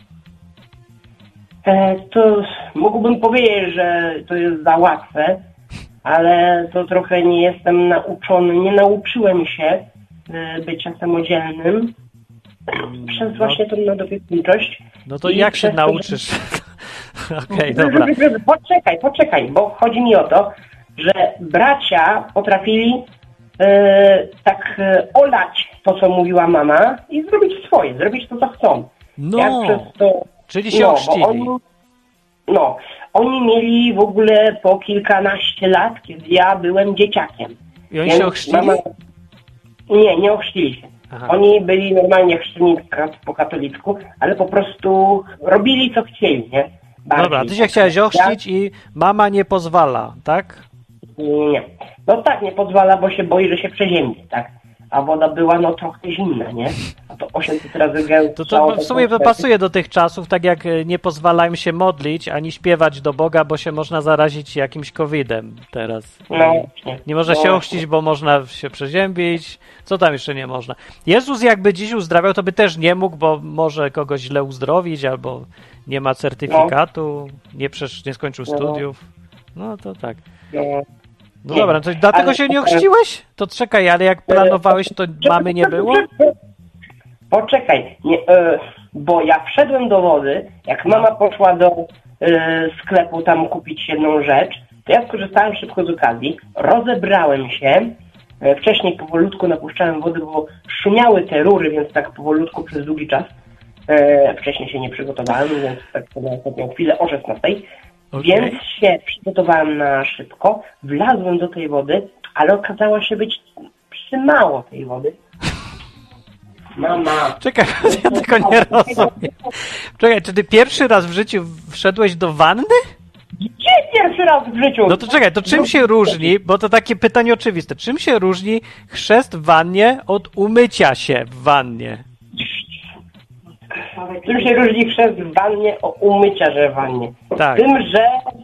E, to mógłbym powiedzieć, że to jest za łatwe, ale to trochę nie jestem nauczony, nie nauczyłem się e, bycia samodzielnym przez no, właśnie tą nadopiekuńczość. No to jak się nauczysz? To, że... Okej, okay, dobra. Poczekaj, poczekaj, bo chodzi mi o to, że bracia potrafili e, tak e, olać to, co mówiła mama i zrobić swoje, zrobić to, co chcą. No, Jak przez to, czyli się no, ochrzcili. Oni, no, oni mieli w ogóle po kilkanaście lat, kiedy ja byłem dzieciakiem. I oni się ochrzcili? Mama... Nie, nie ochrzcili się. Aha. Oni byli normalnie chrzczeni po katolicku, ale po prostu robili, co chcieli, nie? Bardziej. Dobra, ty się chciałeś ochrzcić ja... i mama nie pozwala, tak? Nie. No tak, nie pozwala, bo się boi, że się przeziębie, tak? A woda była no trochę zimna, nie? A to osiemset razy gęstsza. To, to w sumie to pasuje do tych czasów, tak jak nie pozwalają się modlić, ani śpiewać do Boga, bo się można zarazić jakimś kowidem teraz. No, nie, nie można no, się ochrzcić, bo można się przeziębić. Co tam jeszcze nie można? Jezus jakby dziś uzdrawiał, to by też nie mógł, bo może kogoś źle uzdrowić, albo nie ma certyfikatu, nie, przesz- nie skończył no. studiów. No to tak. No. No nie, dobra, to dlatego ale, się nie ochrzciłeś? To czekaj, ale jak planowałeś, to mamy nie było? Poczekaj, nie, e, bo ja wszedłem do wody, jak mama poszła do e, sklepu tam kupić jedną rzecz, to ja skorzystałem szybko z okazji, rozebrałem się, e, wcześniej powolutku napuszczałem wody, bo szumiały te rury, więc tak powolutku przez długi czas. E, wcześniej się nie przygotowałem, więc tak na ostatnią chwilę o szesnastej. Okay. Więc się przygotowałem na szybko, wlazłem do tej wody, ale okazało się być przymało tej wody. Mama... Czekaj, ja tego nie rozumiem. Czekaj, czy ty pierwszy raz w życiu wszedłeś do wanny? Gdzie pierwszy raz w życiu? No to czekaj, to czym się różni, bo to takie pytanie oczywiste, czym się różni chrzest w wannie od umycia się w wannie? Tym się różni chrzest w wannie o umycia się w wannie. Tak. Tym, że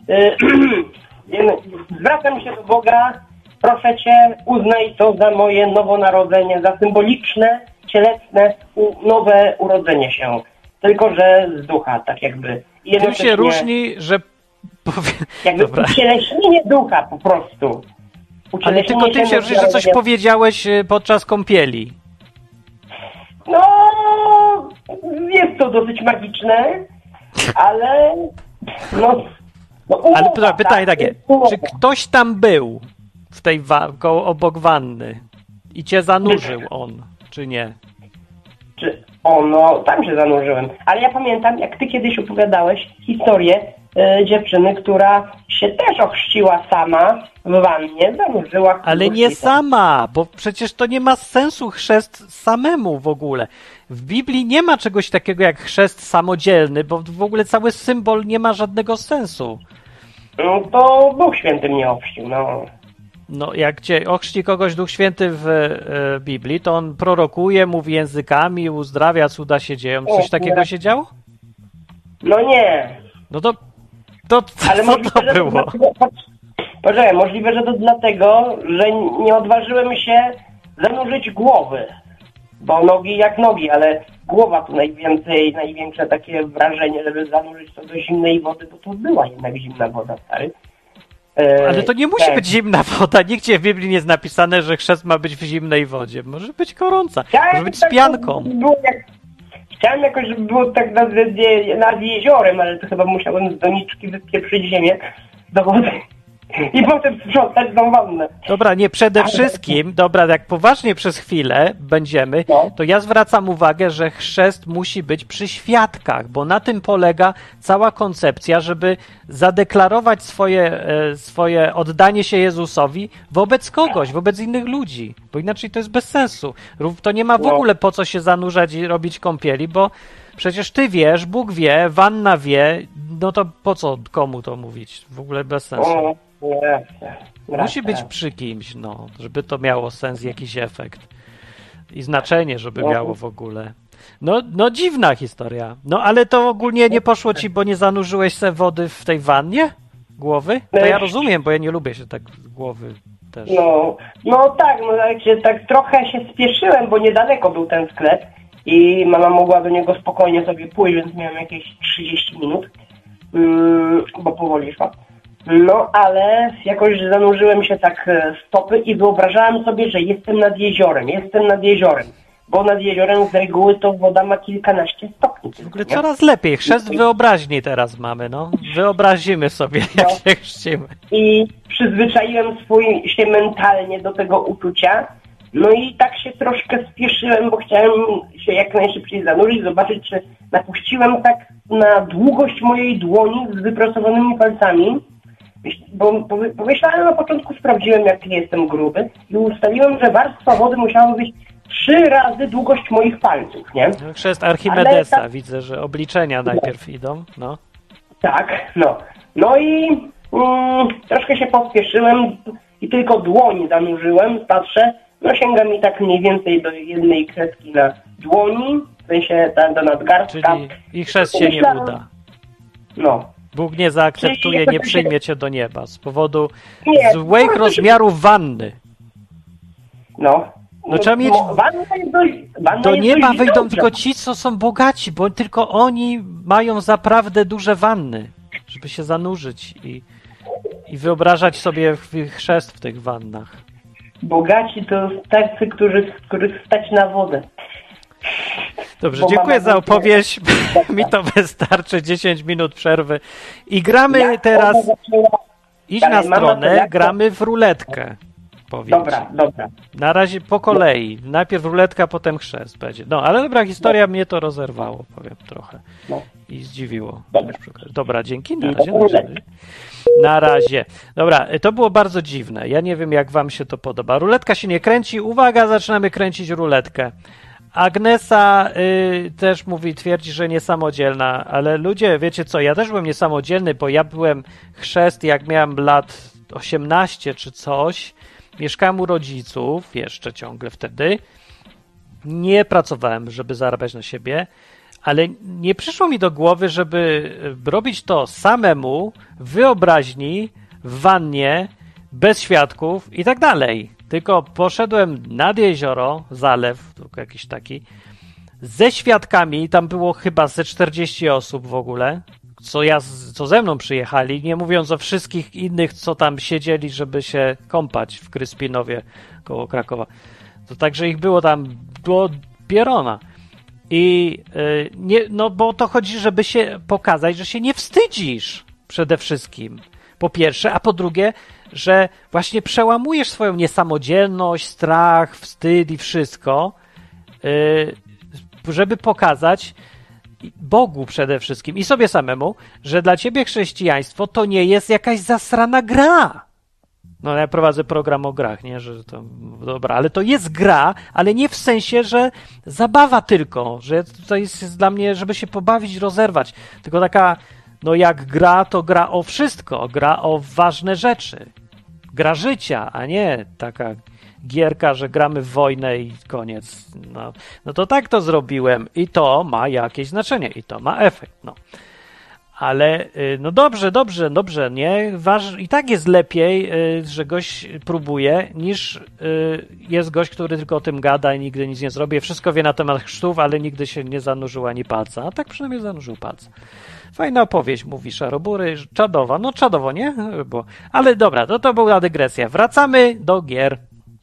y, zwracam się do Boga, proszę Cię, uznaj to za moje nowonarodzenie, za symboliczne, cielesne, u, nowe urodzenie się. Tylko, że z ducha, tak jakby. I tym się różni, że... Powie... Jakby Dobra. Ucieleśnienie ducha po prostu. Ale tylko tym się różni, że coś powiedziałeś podczas kąpieli. No, jest to dosyć magiczne, ale no... no umowa, ale pytanie, pytanie tak, takie, czy ktoś tam był w tej wa- koło, obok wanny i cię zanurzył on, czy nie? Czy o, no, tam się zanurzyłem. Ale ja pamiętam, jak ty kiedyś opowiadałeś historię e, dziewczyny, która się też ochrzciła sama w wannie, zanurzyła. Ale nie sama, bo przecież to nie ma sensu chrzest samemu w ogóle. W Biblii nie ma czegoś takiego jak chrzest samodzielny, bo w ogóle cały symbol nie ma żadnego sensu. No to Duch Święty mnie ochrzcił, no. No, jak cię ochrzci kogoś Duch Święty w e, Biblii, to on prorokuje, mówi językami, uzdrawia, cuda się dzieją. Coś takiego się działo? No nie. No to, to ale co to było? Dlatego, poczekaj, możliwe, że to dlatego, że nie odważyłem się zanurzyć głowy. Bo nogi jak nogi, ale głowa to najwięcej, największe takie wrażenie, żeby zanurzyć to do zimnej wody, bo to była jednak zimna woda, stary. Ale to nie musi tak. być zimna woda. Nigdzie w Biblii nie jest napisane, że chrzest ma być w zimnej wodzie. Może być gorąca. Chciałem może być tak, z pianką. Jak... Chciałem jakoś, żeby było tak nad, nad jeziorem, ale to chyba musiałem z doniczki wypieprzyć ziemię do wody. I potem sprzątać tą wannę. Dobra, nie, przede wszystkim, dobra, jak poważnie przez chwilę będziemy, No. to ja zwracam uwagę, że chrzest musi być przy świadkach, bo na tym polega cała koncepcja, żeby zadeklarować swoje, e, swoje oddanie się Jezusowi wobec kogoś, wobec innych ludzi, bo inaczej to jest bez sensu. Rów- To nie ma w No. ogóle po co się zanurzać i robić kąpieli, bo przecież ty wiesz, Bóg wie, wanna wie, no to po co komu to mówić? W ogóle bez sensu. O, nie, nie. Musi być przy kimś, no, żeby to miało sens, jakiś efekt i znaczenie, żeby No. miało w ogóle. No, no dziwna historia. No, ale to ogólnie nie poszło ci, bo nie zanurzyłeś se wody w tej wannie? Głowy? To ja rozumiem, bo ja nie lubię się tak z głowy też. No, no tak, no tak, się, tak trochę się spieszyłem, bo niedaleko był ten sklep i mama mogła do niego spokojnie sobie pójść, więc miałem jakieś trzydzieści minut, mm, bo powoli szła. No, ale jakoś zanurzyłem się tak e, stopy i wyobrażałem sobie, że jestem nad jeziorem, jestem nad jeziorem, bo nad jeziorem z reguły to woda ma kilkanaście stopni. W ogóle coraz lepiej. Chrzest wyobraźni teraz mamy, no. Wyobrazimy sobie, jak No. się chrzcimy. I przyzwyczaiłem swój się mentalnie do tego uczucia. No i tak się troszkę spieszyłem, bo chciałem się jak najszybciej zanurzyć, zobaczyć, czy napuściłem tak na długość mojej dłoni z wyprostowanymi palcami. Bo pomyślałem na początku, sprawdziłem, jak jestem gruby i ustaliłem, że warstwa wody musiała być trzy razy długość moich palców, nie? Chrzest Archimedesa. Ale ta- Widzę, że obliczenia najpierw idą, no. Tak, no. No i mm, troszkę się pospieszyłem i tylko dłoń zanurzyłem, patrzę, no sięga mi tak mniej więcej do jednej kredki na dłoni, w sensie ta, do nadgarstka. Czyli i chrzest się nie Myślałem- uda. No. Bóg nie zaakceptuje, Czyli- nie przyjmie cię do nieba z powodu Nie, złych to się- rozmiarów wanny. No. No trzeba mieć- No, wanna jest dość, wanna Do jest nieba dość wyjdą duża. tylko ci, co są bogaci, bo tylko oni mają zaprawdę duże wanny, żeby się zanurzyć i, i wyobrażać sobie chrzest w tych wannach. Bogaci to tacy, którzy, których stać na wodę. Dobrze, Bo dziękuję mama za mówiła- opowieść. Mi to wystarczy, dziesięć minut przerwy. I gramy Jak teraz, ona zaczęła- idź na dalej, mama to stronę, jak- gramy w ruletkę. Powiedz. Dobra, dobra. Na razie po kolei. Najpierw ruletka, potem chrzest będzie. No, ale dobra, historia mnie to rozerwało, powiem trochę. No. I zdziwiło. Dobra. Też przy okazji. Dobra, dzięki. Na I razie. do Na razie. ruletki. Na razie. Dobra, to było bardzo dziwne. Ja nie wiem, jak wam się to podoba. Ruletka się nie kręci. Uwaga, zaczynamy kręcić ruletkę. Agnesa y, też mówi, twierdzi, że niesamodzielna, ale ludzie, wiecie co, ja też byłem niesamodzielny, bo ja byłem chrzest, jak miałem lat osiemnaście czy coś, mieszkałem u rodziców, jeszcze ciągle wtedy, nie pracowałem, żeby zarabiać na siebie, ale nie przyszło mi do głowy, żeby robić to samemu, w wyobraźni, w wannie, bez świadków i tak dalej. Tylko poszedłem nad jezioro, zalew, jakiś taki, ze świadkami, tam było chyba ze czterdzieści osób w ogóle, co, ja, co ze mną przyjechali, nie mówiąc o wszystkich innych, co tam siedzieli, żeby się kąpać w Kryspinowie koło Krakowa. To także ich było tam, było pierona. I yy, nie, no bo to chodzi, żeby się pokazać, że się nie wstydzisz przede wszystkim. Po pierwsze, a po drugie, że właśnie przełamujesz swoją niesamodzielność, strach, wstyd i wszystko, yy, żeby pokazać Bogu przede wszystkim i sobie samemu, że dla ciebie chrześcijaństwo to nie jest jakaś zasrana gra. No ja prowadzę program o grach, nie, że to dobra, ale to jest gra, ale nie w sensie, że zabawa tylko, że to jest, jest dla mnie, żeby się pobawić, rozerwać, tylko taka, no jak gra, to gra o wszystko, gra o ważne rzeczy, gra życia, a nie taka gierka, że gramy w wojnę i koniec. No, no to tak to zrobiłem i to ma jakieś znaczenie i to ma efekt, no. Ale no dobrze, dobrze, dobrze, nie? Waż, i tak jest lepiej, że gość próbuje, niż jest gość, który tylko o tym gada i nigdy nic nie zrobi. Wszystko wie na temat chrztów, ale nigdy się nie zanurzył ani palca. A tak przynajmniej zanurzył palca. Fajna opowieść, mówi Szarobury. Czadowa. No czadowo, nie? Bo, ale dobra, to, to była dygresja. Wracamy do gier.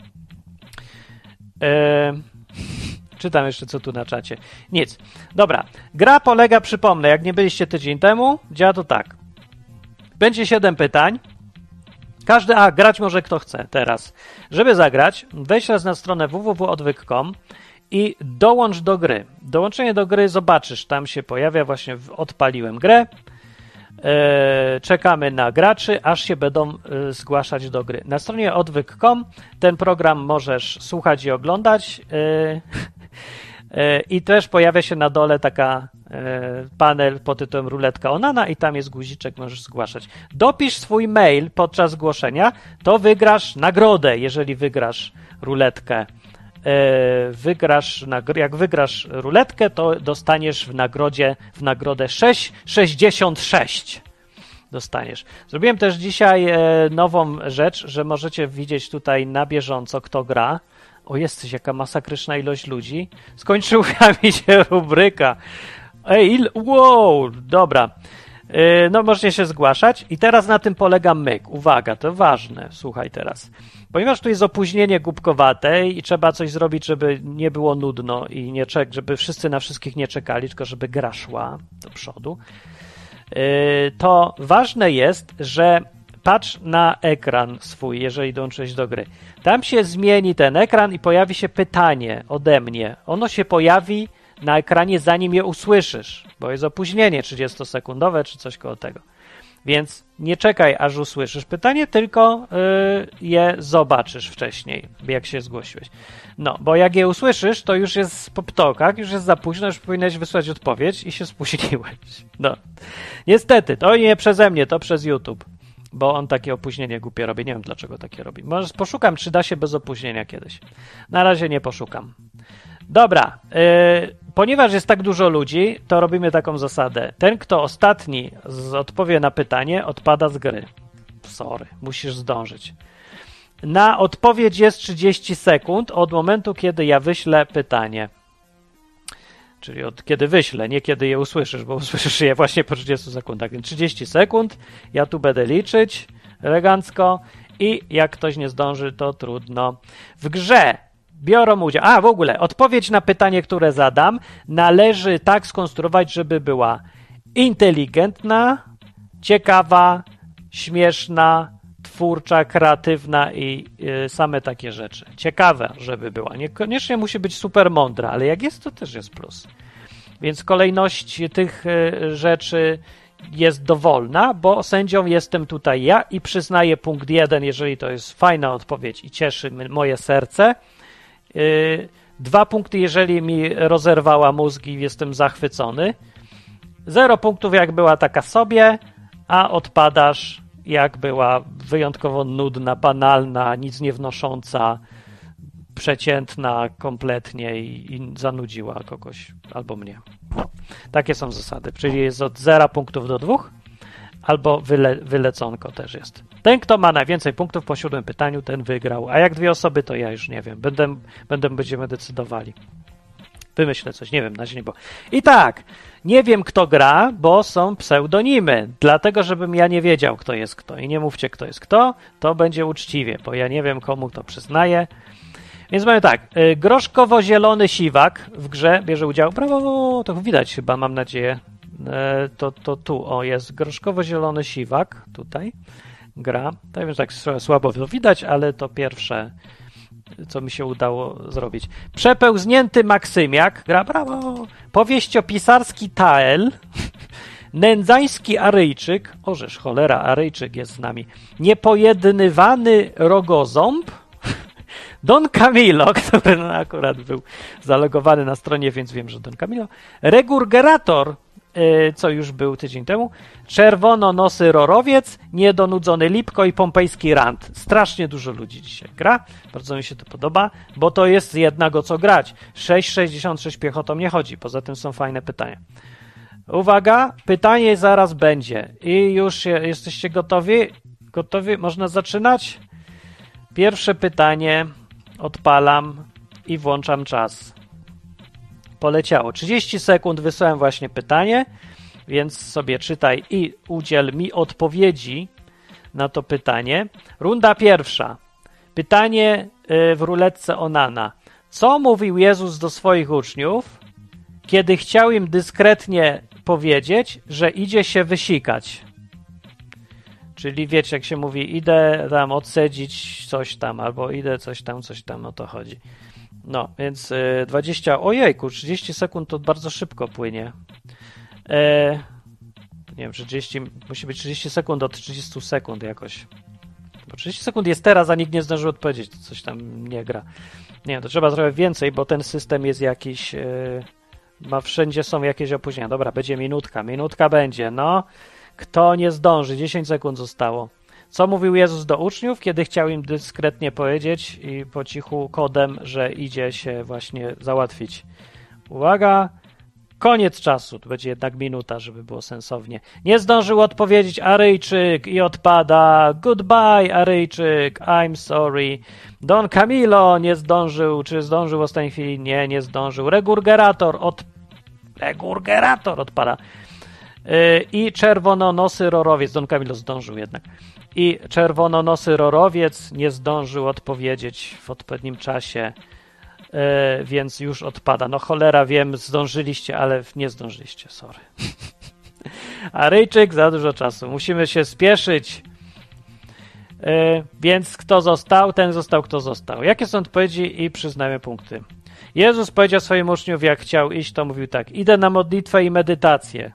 Eee... Czytam jeszcze, co tu na czacie. Nic. Dobra. Gra polega, przypomnę, jak nie byliście tydzień temu, działa to tak. Będzie siedem pytań. Każdy, a grać może kto chce teraz. Żeby zagrać, wejdź teraz na stronę w w w kropka odwyk kropka com i dołącz do gry. Dołączenie do gry zobaczysz, tam się pojawia właśnie, odpaliłem grę. Eee, czekamy na graczy, aż się będą e, zgłaszać do gry. Na stronie odwyk kropka com ten program możesz słuchać i oglądać e, e, i też pojawia się na dole taka e, panel pod tytułem Ruletka Onana i tam jest guziczek, możesz zgłaszać. Dopisz swój mail podczas zgłoszenia, to wygrasz nagrodę, jeżeli wygrasz ruletkę. Wygrasz, jak wygrasz ruletkę, to dostaniesz w nagrodzie w nagrodę sześć sześćdziesiąt sześć. Dostaniesz. Zrobiłem też dzisiaj nową rzecz, że możecie widzieć tutaj na bieżąco, kto gra. O, jesteś, jaka masakryczna ilość ludzi. Skończyła mi się rubryka. Ej, il... wow, dobra. No, możecie się zgłaszać i teraz na tym polega myk. Uwaga, to ważne, słuchaj teraz. Ponieważ tu jest opóźnienie głupkowate i trzeba coś zrobić, żeby nie było nudno i nie czek, żeby wszyscy na wszystkich nie czekali, tylko żeby gra szła do przodu, to ważne jest, że patrz na ekran swój, jeżeli dołączyłeś do gry. Tam się zmieni ten ekran i pojawi się pytanie ode mnie. Ono się pojawi na ekranie, zanim je usłyszysz, bo jest opóźnienie trzydziestosekundowe czy coś koło tego. Więc nie czekaj, aż usłyszysz pytanie, tylko yy, je zobaczysz wcześniej, jak się zgłosiłeś. No, bo jak je usłyszysz, to już jest po ptokach, już jest za późno, już powinieneś wysłać odpowiedź i się spóźniłeś. No, niestety, to nie przeze mnie, to przez YouTube, bo on takie opóźnienie głupie robi. Nie wiem, dlaczego takie robi. Może poszukam, czy da się bez opóźnienia kiedyś. Na razie nie poszukam. Dobra, yy, ponieważ jest tak dużo ludzi, to robimy taką zasadę. Ten, kto ostatni z, odpowie na pytanie, odpada z gry. Sorry, musisz zdążyć. Na odpowiedź jest trzydzieści sekund od momentu, kiedy ja wyślę pytanie. Czyli od kiedy wyślę, nie kiedy je usłyszysz, bo usłyszysz je właśnie po trzydziestu sekundach. Więc trzydzieści sekund, ja tu będę liczyć elegancko i jak ktoś nie zdąży, to trudno. W grze biorą udział. A, w ogóle, odpowiedź na pytanie, które zadam, należy tak skonstruować, żeby była inteligentna, ciekawa, śmieszna, twórcza, kreatywna i y, same takie rzeczy. Ciekawa, żeby była. Niekoniecznie musi być super mądra, ale jak jest, to też jest plus. Więc kolejność tych y, rzeczy jest dowolna, bo sędzią jestem tutaj ja i przyznaję punkt jeden, jeżeli to jest fajna odpowiedź i cieszy moje serce. Yy, dwa punkty, jeżeli mi rozerwała mózg i jestem zachwycony. Zero punktów, jak była taka sobie, a odpadasz, jak była wyjątkowo nudna, banalna, nic nie wnosząca, przeciętna kompletnie i, i zanudziła kogoś albo mnie. No, takie są zasady, czyli jest od zera punktów do dwóch, albo wyle, wyleconko też jest. Ten, kto ma najwięcej punktów po siódmym pytaniu, ten wygrał. A jak dwie osoby, to ja już nie wiem. Będę, będę będziemy decydowali. Wymyślę coś, nie wiem, na razie nie było. I tak, nie wiem, kto gra, bo są pseudonimy. Dlatego, żebym ja nie wiedział, kto jest kto. I nie mówcie, kto jest kto, to będzie uczciwie, bo ja nie wiem, komu to przyznaję. Więc mamy tak, groszkowo-zielony siwak w grze bierze udział. Brawo, to widać chyba, mam nadzieję. To, to tu, o, jest groszkowo-zielony siwak, tutaj gra. To wiem, że tak słabo to widać, ale to pierwsze, co mi się udało zrobić. Przepełznięty Maksymiak, gra, brawo. Powieściopisarski Tael, nędzański Aryjczyk, ożeż cholera, Aryjczyk jest z nami. Niepojednywany Rogoząb, Don Camilo, który no akurat był zalogowany na stronie, więc wiem, że Don Camilo. Regurgerator, co już był tydzień temu. Czerwononosy Rorowiec, Niedonudzony Lipko i Pompejski Rant. Strasznie dużo ludzi dzisiaj gra. Bardzo mi się to podoba, bo to jest jednak o co grać. sześć sześćdziesiąt sześć piechotą nie chodzi. Poza tym są fajne pytania. Uwaga, pytanie zaraz będzie. I już jesteście gotowi? Gotowi? Można zaczynać? Pierwsze pytanie. Odpalam i włączam czas. Poleciało. trzydzieści sekund wysłałem właśnie pytanie, więc sobie czytaj i udziel mi odpowiedzi na to pytanie. Runda pierwsza. Pytanie w ruletce Onana. Co mówił Jezus do swoich uczniów, kiedy chciał im dyskretnie powiedzieć, że idzie się wysikać? Czyli wiecie, jak się mówi, idę tam odsedzić coś tam, albo idę coś tam, coś tam, o to chodzi. No, więc dwadzieścia, ojejku, trzydzieści sekund to bardzo szybko płynie. E, nie wiem, trzydzieści, musi być trzydzieści sekund od trzydziestu sekund jakoś. Bo trzydzieści sekund jest teraz, a nikt nie zdążył odpowiedzieć, to coś tam nie gra. Nie wiem, to trzeba trochę więcej, bo ten system jest jakiś, e, ma wszędzie są jakieś opóźnienia. Dobra, będzie minutka, minutka będzie, no. Kto nie zdąży? dziesięć sekund zostało. Co mówił Jezus do uczniów, kiedy chciał im dyskretnie powiedzieć i po cichu kodem, że idzie się właśnie załatwić? Uwaga, koniec czasu. To będzie jednak minuta, żeby było sensownie. Nie zdążył odpowiedzieć Aryjczyk i odpada. Goodbye, Aryjczyk. I'm sorry. Don Camilo nie zdążył. Czy zdążył w ostatniej chwili? Nie, nie zdążył. Regurgerator od... Regurgerator odpada. I czerwononosy rorowiec. Don Camilo zdążył jednak. I czerwononosy rorowiec nie zdążył odpowiedzieć w odpowiednim czasie, yy, więc już odpada. No cholera, wiem, zdążyliście, ale nie zdążyliście, sorry. Aryjczyk, za dużo czasu. Musimy się spieszyć. Yy, więc kto został, ten został, kto został. Jakie są odpowiedzi i przyznajmy punkty. Jezus powiedział swoim uczniom, jak chciał iść, to mówił tak. Idę na modlitwę i medytację.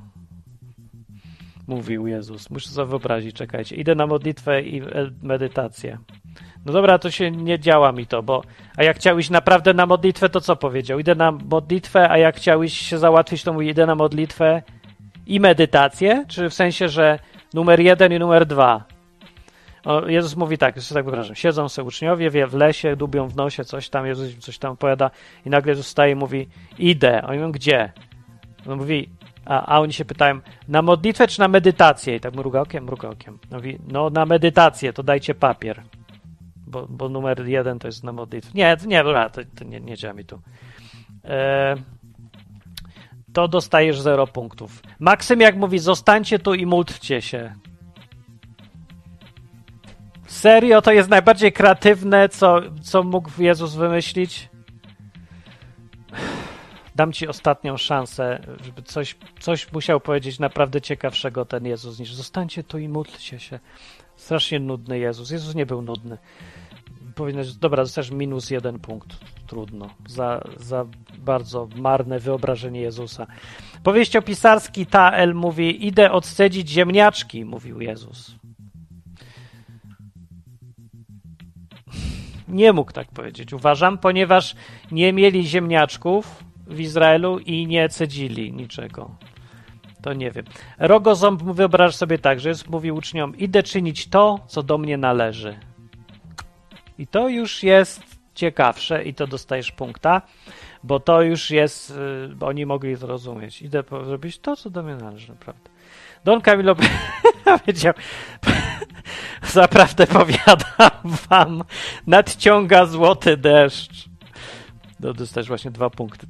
Mówił Jezus. Muszę sobie wyobrazić, czekajcie. Idę na modlitwę i medytację. No dobra, to się nie działa mi to, bo a jak chciał iść naprawdę na modlitwę, to co powiedział? Idę na modlitwę, a jak chciał iść się załatwić, to mówi idę na modlitwę i medytację? Czy w sensie, że numer jeden i numer dwa? O, Jezus mówi tak, jeszcze tak wyobrażam. Siedzą sobie uczniowie w lesie, dubią w nosie, coś tam, Jezus coś tam opowiada i nagle Jezus wstaje i mówi idę. Oni mówią, gdzie? On mówi A, a oni się pytają, na modlitwę czy na medytację? I tak mruga okiem, mruga okiem. Mówi, no na medytację, to dajcie papier. Bo, bo numer jeden to jest na modlitwę. Nie, nie, dobra, to, to nie, nie działa mi tu. E, to dostajesz zero punktów. Maksym jak mówi, zostańcie tu i módlcie się. Serio? To jest najbardziej kreatywne, co, co mógł Jezus wymyślić? Dam ci ostatnią szansę, żeby coś, coś musiał powiedzieć naprawdę ciekawszego ten Jezus, niż zostańcie tu i módlcie się. Strasznie nudny Jezus. Jezus nie był nudny. Powinno, dobra, dostajesz minus jeden punkt. Trudno. Za, za bardzo marne wyobrażenie Jezusa. Powieściopisarski Tael mówi, idę odscedzić ziemniaczki, mówił Jezus. Nie mógł tak powiedzieć, uważam, ponieważ nie mieli ziemniaczków w Izraelu i nie cedzili niczego. To nie wiem. Rogoząb wyobraź sobie tak, że Jezus mówi uczniom, idę czynić to, co do mnie należy. I to już jest ciekawsze i to dostajesz punkta, bo to już jest, bo oni mogli zrozumieć. Idę zrobić to, co do mnie należy, naprawdę. Don Camilo powiedział, zaprawdę powiadam wam, nadciąga złoty deszcz. No, dostajesz właśnie dwa punkty.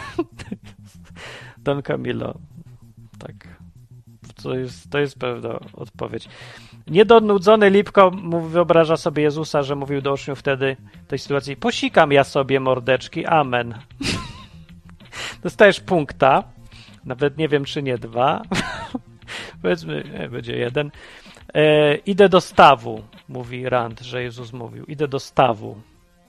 Don Camilo. Tak. To jest, to jest pewna odpowiedź. Niedonudzony Lipko wyobraża sobie Jezusa, że mówił do uczniów wtedy w tej sytuacji, posikam ja sobie mordeczki, amen. Dostajesz punkta. Nawet nie wiem, czy nie dwa. Powiedzmy, nie, będzie jeden. E, idę do stawu, mówi Rand, że Jezus mówił. Idę do stawu.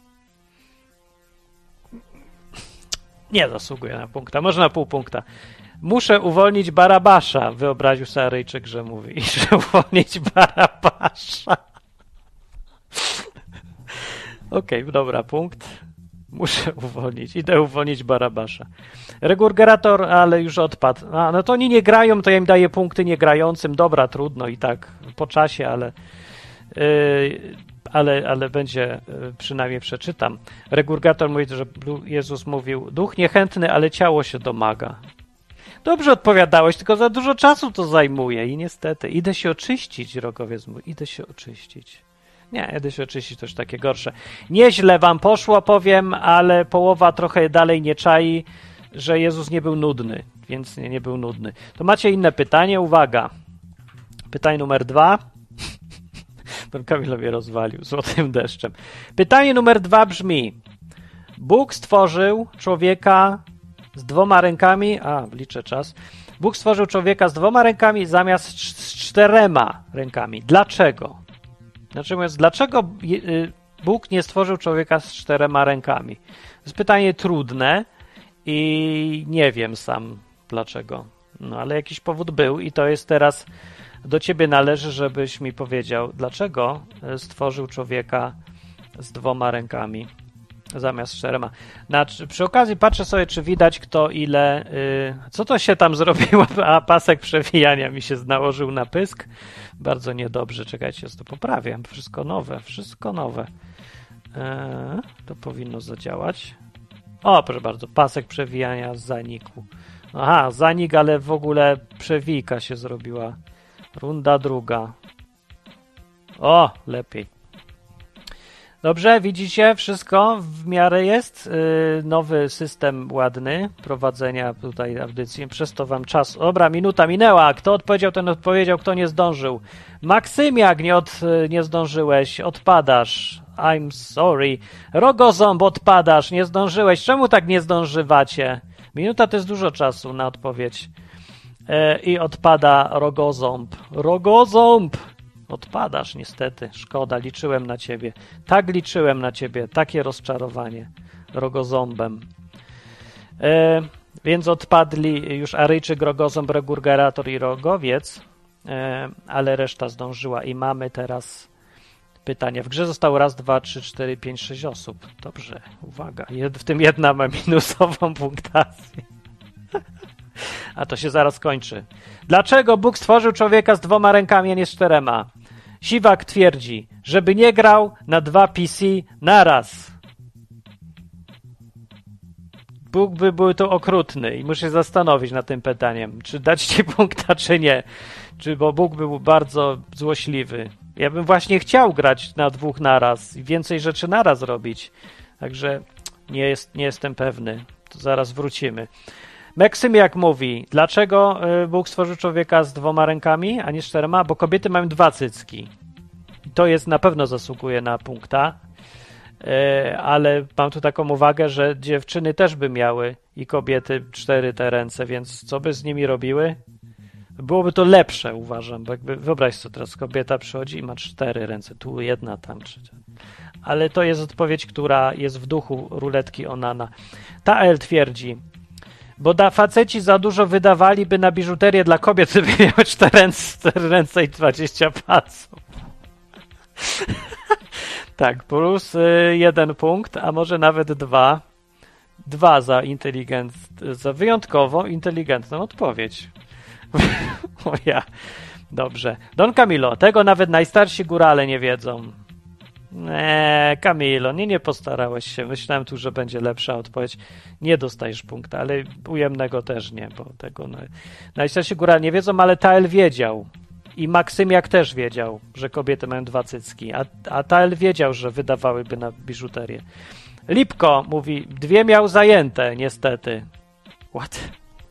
Nie zasługuje na punkta, może na pół punkta. Muszę uwolnić Barabasza, wyobraził sobie Aryjczyk, że mówi. Muszę uwolnić Barabasza. Okej, okay, dobra, punkt. Muszę uwolnić. Idę uwolnić Barabasza. Regurgerator, ale już odpadł. A, no to oni nie grają, to ja im daję punkty niegrającym. Dobra, trudno i tak po czasie, ale yy, ale, ale będzie, yy, przynajmniej przeczytam. Regurgator mówi, że Jezus mówił, duch niechętny, ale ciało się domaga. Dobrze odpowiadałeś, tylko za dużo czasu to zajmuje i niestety. Idę się oczyścić, Rogowiec mówi. Idę się oczyścić. Nie, idę się oczyścić, to już takie gorsze. Nieźle wam poszło, powiem, ale połowa trochę dalej nie czai, że Jezus nie był nudny, więc nie, nie był nudny. To macie inne pytanie, uwaga. Pytanie numer dwa. Don Camilo mnie rozwalił złotym deszczem. Pytanie numer dwa brzmi. Bóg stworzył człowieka z dwoma rękami, a liczę czas, Bóg stworzył człowieka z dwoma rękami zamiast cz- z czterema rękami. Dlaczego? Znaczy mówiąc, dlaczego Bóg nie stworzył człowieka z czterema rękami? To jest pytanie trudne i nie wiem sam dlaczego. No ale jakiś powód był i to jest teraz do ciebie należy, żebyś mi powiedział, dlaczego stworzył człowieka z dwoma rękami zamiast czterema. Na, przy okazji patrzę sobie, czy widać kto ile... Yy, co to się tam zrobiło? A pasek przewijania mi się nałożył na pysk. Bardzo niedobrze. Czekajcie, to poprawiam. Wszystko nowe. Wszystko nowe. Yy, to powinno zadziałać. O, proszę bardzo. Pasek przewijania zanikł. Aha, zanik, ale w ogóle przewijka się zrobiła. Runda druga. O, lepiej. Dobrze, widzicie, wszystko w miarę jest. Yy, nowy system ładny prowadzenia tutaj audycji. Przez to wam czas. Dobra, minuta minęła. Kto odpowiedział, ten odpowiedział, kto nie zdążył. Maksymiak, nie, od, nie zdążyłeś, odpadasz. I'm sorry. Rogoząb, odpadasz, nie zdążyłeś. Czemu tak nie zdążywacie? Minuta to jest dużo czasu na odpowiedź. Yy, I odpada Rogoząb. Rogoząb! Odpadasz niestety, szkoda, liczyłem na ciebie. Tak liczyłem na ciebie, takie rozczarowanie rogoząbem. E, więc odpadli już Aryjczyk, Rogoząb, Regurgerator i Rogowiec, e, ale reszta zdążyła i mamy teraz pytania. W grze zostało raz, dwa, trzy, cztery, pięć, sześć osób. Dobrze, uwaga, w tym jedna ma minusową punktację. A to się zaraz kończy. Dlaczego Bóg stworzył człowieka z dwoma rękami, a nie z czterema? Siwak twierdzi, żeby nie grał na dwa P C naraz. Bóg by był tu okrutny i muszę się zastanowić nad tym pytaniem, czy dać ci punkta, czy nie. Czy, bo Bóg był bardzo złośliwy. Ja bym właśnie chciał grać na dwóch naraz i więcej rzeczy naraz robić. Także nie, jest, nie jestem pewny. To zaraz wrócimy. Maksymiak mówi, dlaczego Bóg stworzył człowieka z dwoma rękami, a nie z czterema? Bo kobiety mają dwa cycki. To jest na pewno zasługuje na punkta, ale mam tu taką uwagę, że dziewczyny też by miały i kobiety cztery te ręce, więc co by z nimi robiły? Byłoby to lepsze, uważam, bo jakby wyobraź sobie, teraz kobieta przychodzi i ma cztery ręce, tu jedna, tam trzecia. Ale to jest odpowiedź, która jest w duchu ruletki Onana. Ta L twierdzi, bo da faceci za dużo wydawaliby na biżuterię dla kobiet, gdyby miały cztery ręce, cztery ręce i dwadzieścia palców. Tak, plus y, jeden punkt, a może nawet dwa. Dwa za inteligent, za wyjątkowo inteligentną odpowiedź. O ja. Dobrze. Don Camilo, tego nawet najstarsi górale nie wiedzą. Eee, Camilo, nie, nie postarałeś się. Myślałem tu, że będzie lepsza odpowiedź. Nie dostajesz punkta, ale ujemnego też nie, bo tego no, najstarsi górale nie wiedzą, ale Tael wiedział. I Maksymiak też wiedział, że kobiety mają dwa cycki, a, a Tael wiedział, że wydawałyby na biżuterię. Lipko mówi, dwie miał zajęte, niestety. What?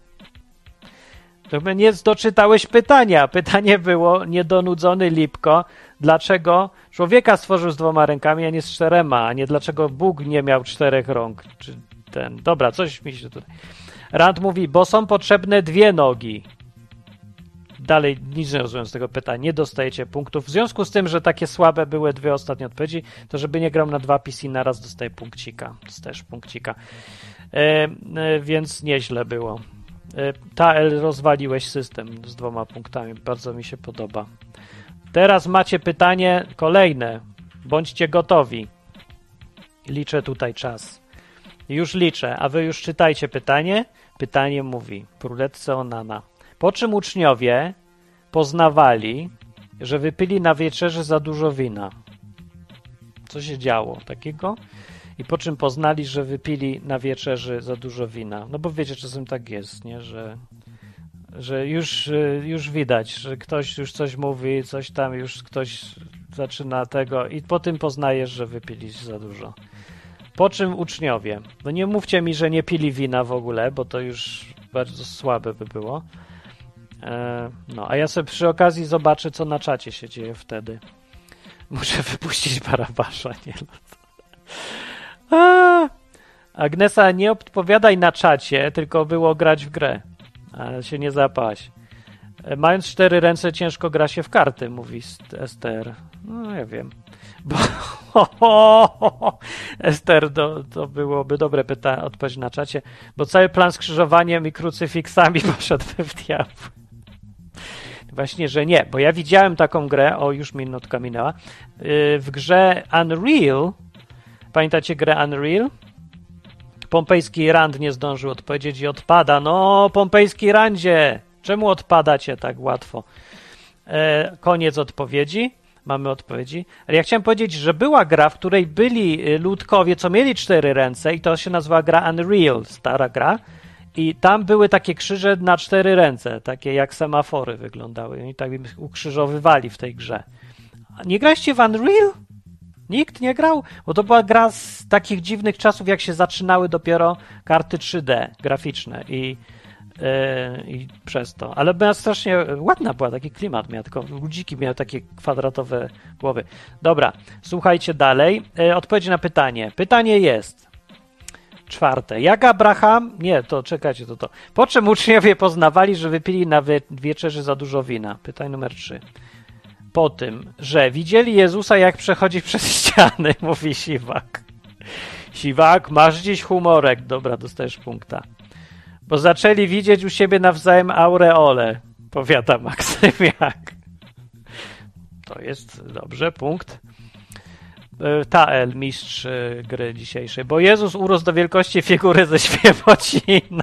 To nie doczytałeś pytania. Pytanie było, niedonudzony Lipko, dlaczego człowieka stworzył z dwoma rękami, a nie z czterema, a nie dlaczego Bóg nie miał czterech rąk. Czy ten. Dobra, coś mi się tutaj... Rand mówi, bo są potrzebne dwie nogi. Dalej nic nie rozumiem z tego pytania, nie dostajecie punktów. W związku z tym, że takie słabe były dwie ostatnie odpowiedzi, to żeby nie grał na dwa P C naraz, dostaję punkcika. Dostajesz punkcika. E, e, więc nieźle było. E, Tael, rozwaliłeś system z dwoma punktami. Bardzo mi się podoba. Teraz macie pytanie kolejne. Bądźcie gotowi. Liczę tutaj czas. Już liczę, a wy już czytajcie pytanie. Pytanie mówi w ruletce Onana. Po czym uczniowie poznawali, że wypili na wieczerzy za dużo wina? Co się działo takiego? I po czym poznali, że wypili na wieczerzy za dużo wina? No bo wiecie, czasem tak jest, nie? Że, że już, już widać, że ktoś już coś mówi, coś tam, już ktoś zaczyna tego i po tym poznajesz, że wypili za dużo. Po czym uczniowie? No nie mówcie mi, że nie pili wina w ogóle, bo to już bardzo słabe by było. No, a ja sobie przy okazji zobaczę, co na czacie się dzieje wtedy. Muszę wypuścić Barabasza, nie? A, Agnesa, nie odpowiadaj na czacie, tylko było grać w grę. ale się nie zapaść. Mając cztery ręce ciężko gra się w karty, mówi Ester. No ja wiem. Bo Ester, to, to byłoby dobre pytanie, odpowiedź na czacie, bo cały plan z krzyżowaniem i krucyfiksami poszedłby w diabł. Właśnie, że nie, bo ja widziałem taką grę, o już minutka minęła, w grze Unreal. Pamiętacie grę Unreal? Pompejski Rand nie zdążył odpowiedzieć i odpada. No, Pompejski Randzie! Czemu odpadacie tak łatwo? E, koniec odpowiedzi. Mamy odpowiedzi. Ale ja chciałem powiedzieć, że była gra, w której byli ludkowie, co mieli cztery ręce i to się nazywa gra Unreal, stara gra. I tam były takie krzyże na cztery ręce, takie jak semafory wyglądały. Oni tak ukrzyżowywali w tej grze. Nie graliście w Unreal? Nikt nie grał? Bo to była gra z takich dziwnych czasów, jak się zaczynały dopiero karty trzy D graficzne i, yy, i przez to. Ale była strasznie ładna, była taki klimat, miała tylko ludziki miały takie kwadratowe głowy. Dobra, słuchajcie dalej. Yy, odpowiedź na pytanie. Pytanie jest czwarte. Jak Abraham... Nie, to czekajcie, to to. Po czym uczniowie poznawali, że wypili na wie- wieczerzy za dużo wina? Pytanie numer trzy. Po tym, że widzieli Jezusa, jak przechodzi przez ściany, mówi Siwak. Siwak, masz dziś humorek. Dobra, dostajesz punkta. Bo zaczęli widzieć u siebie nawzajem aureole, powiada Maksymiak. To jest dobrze, punkt. Tael, mistrz gry dzisiejszej. Bo Jezus urósł do wielkości figury ze Świebocina.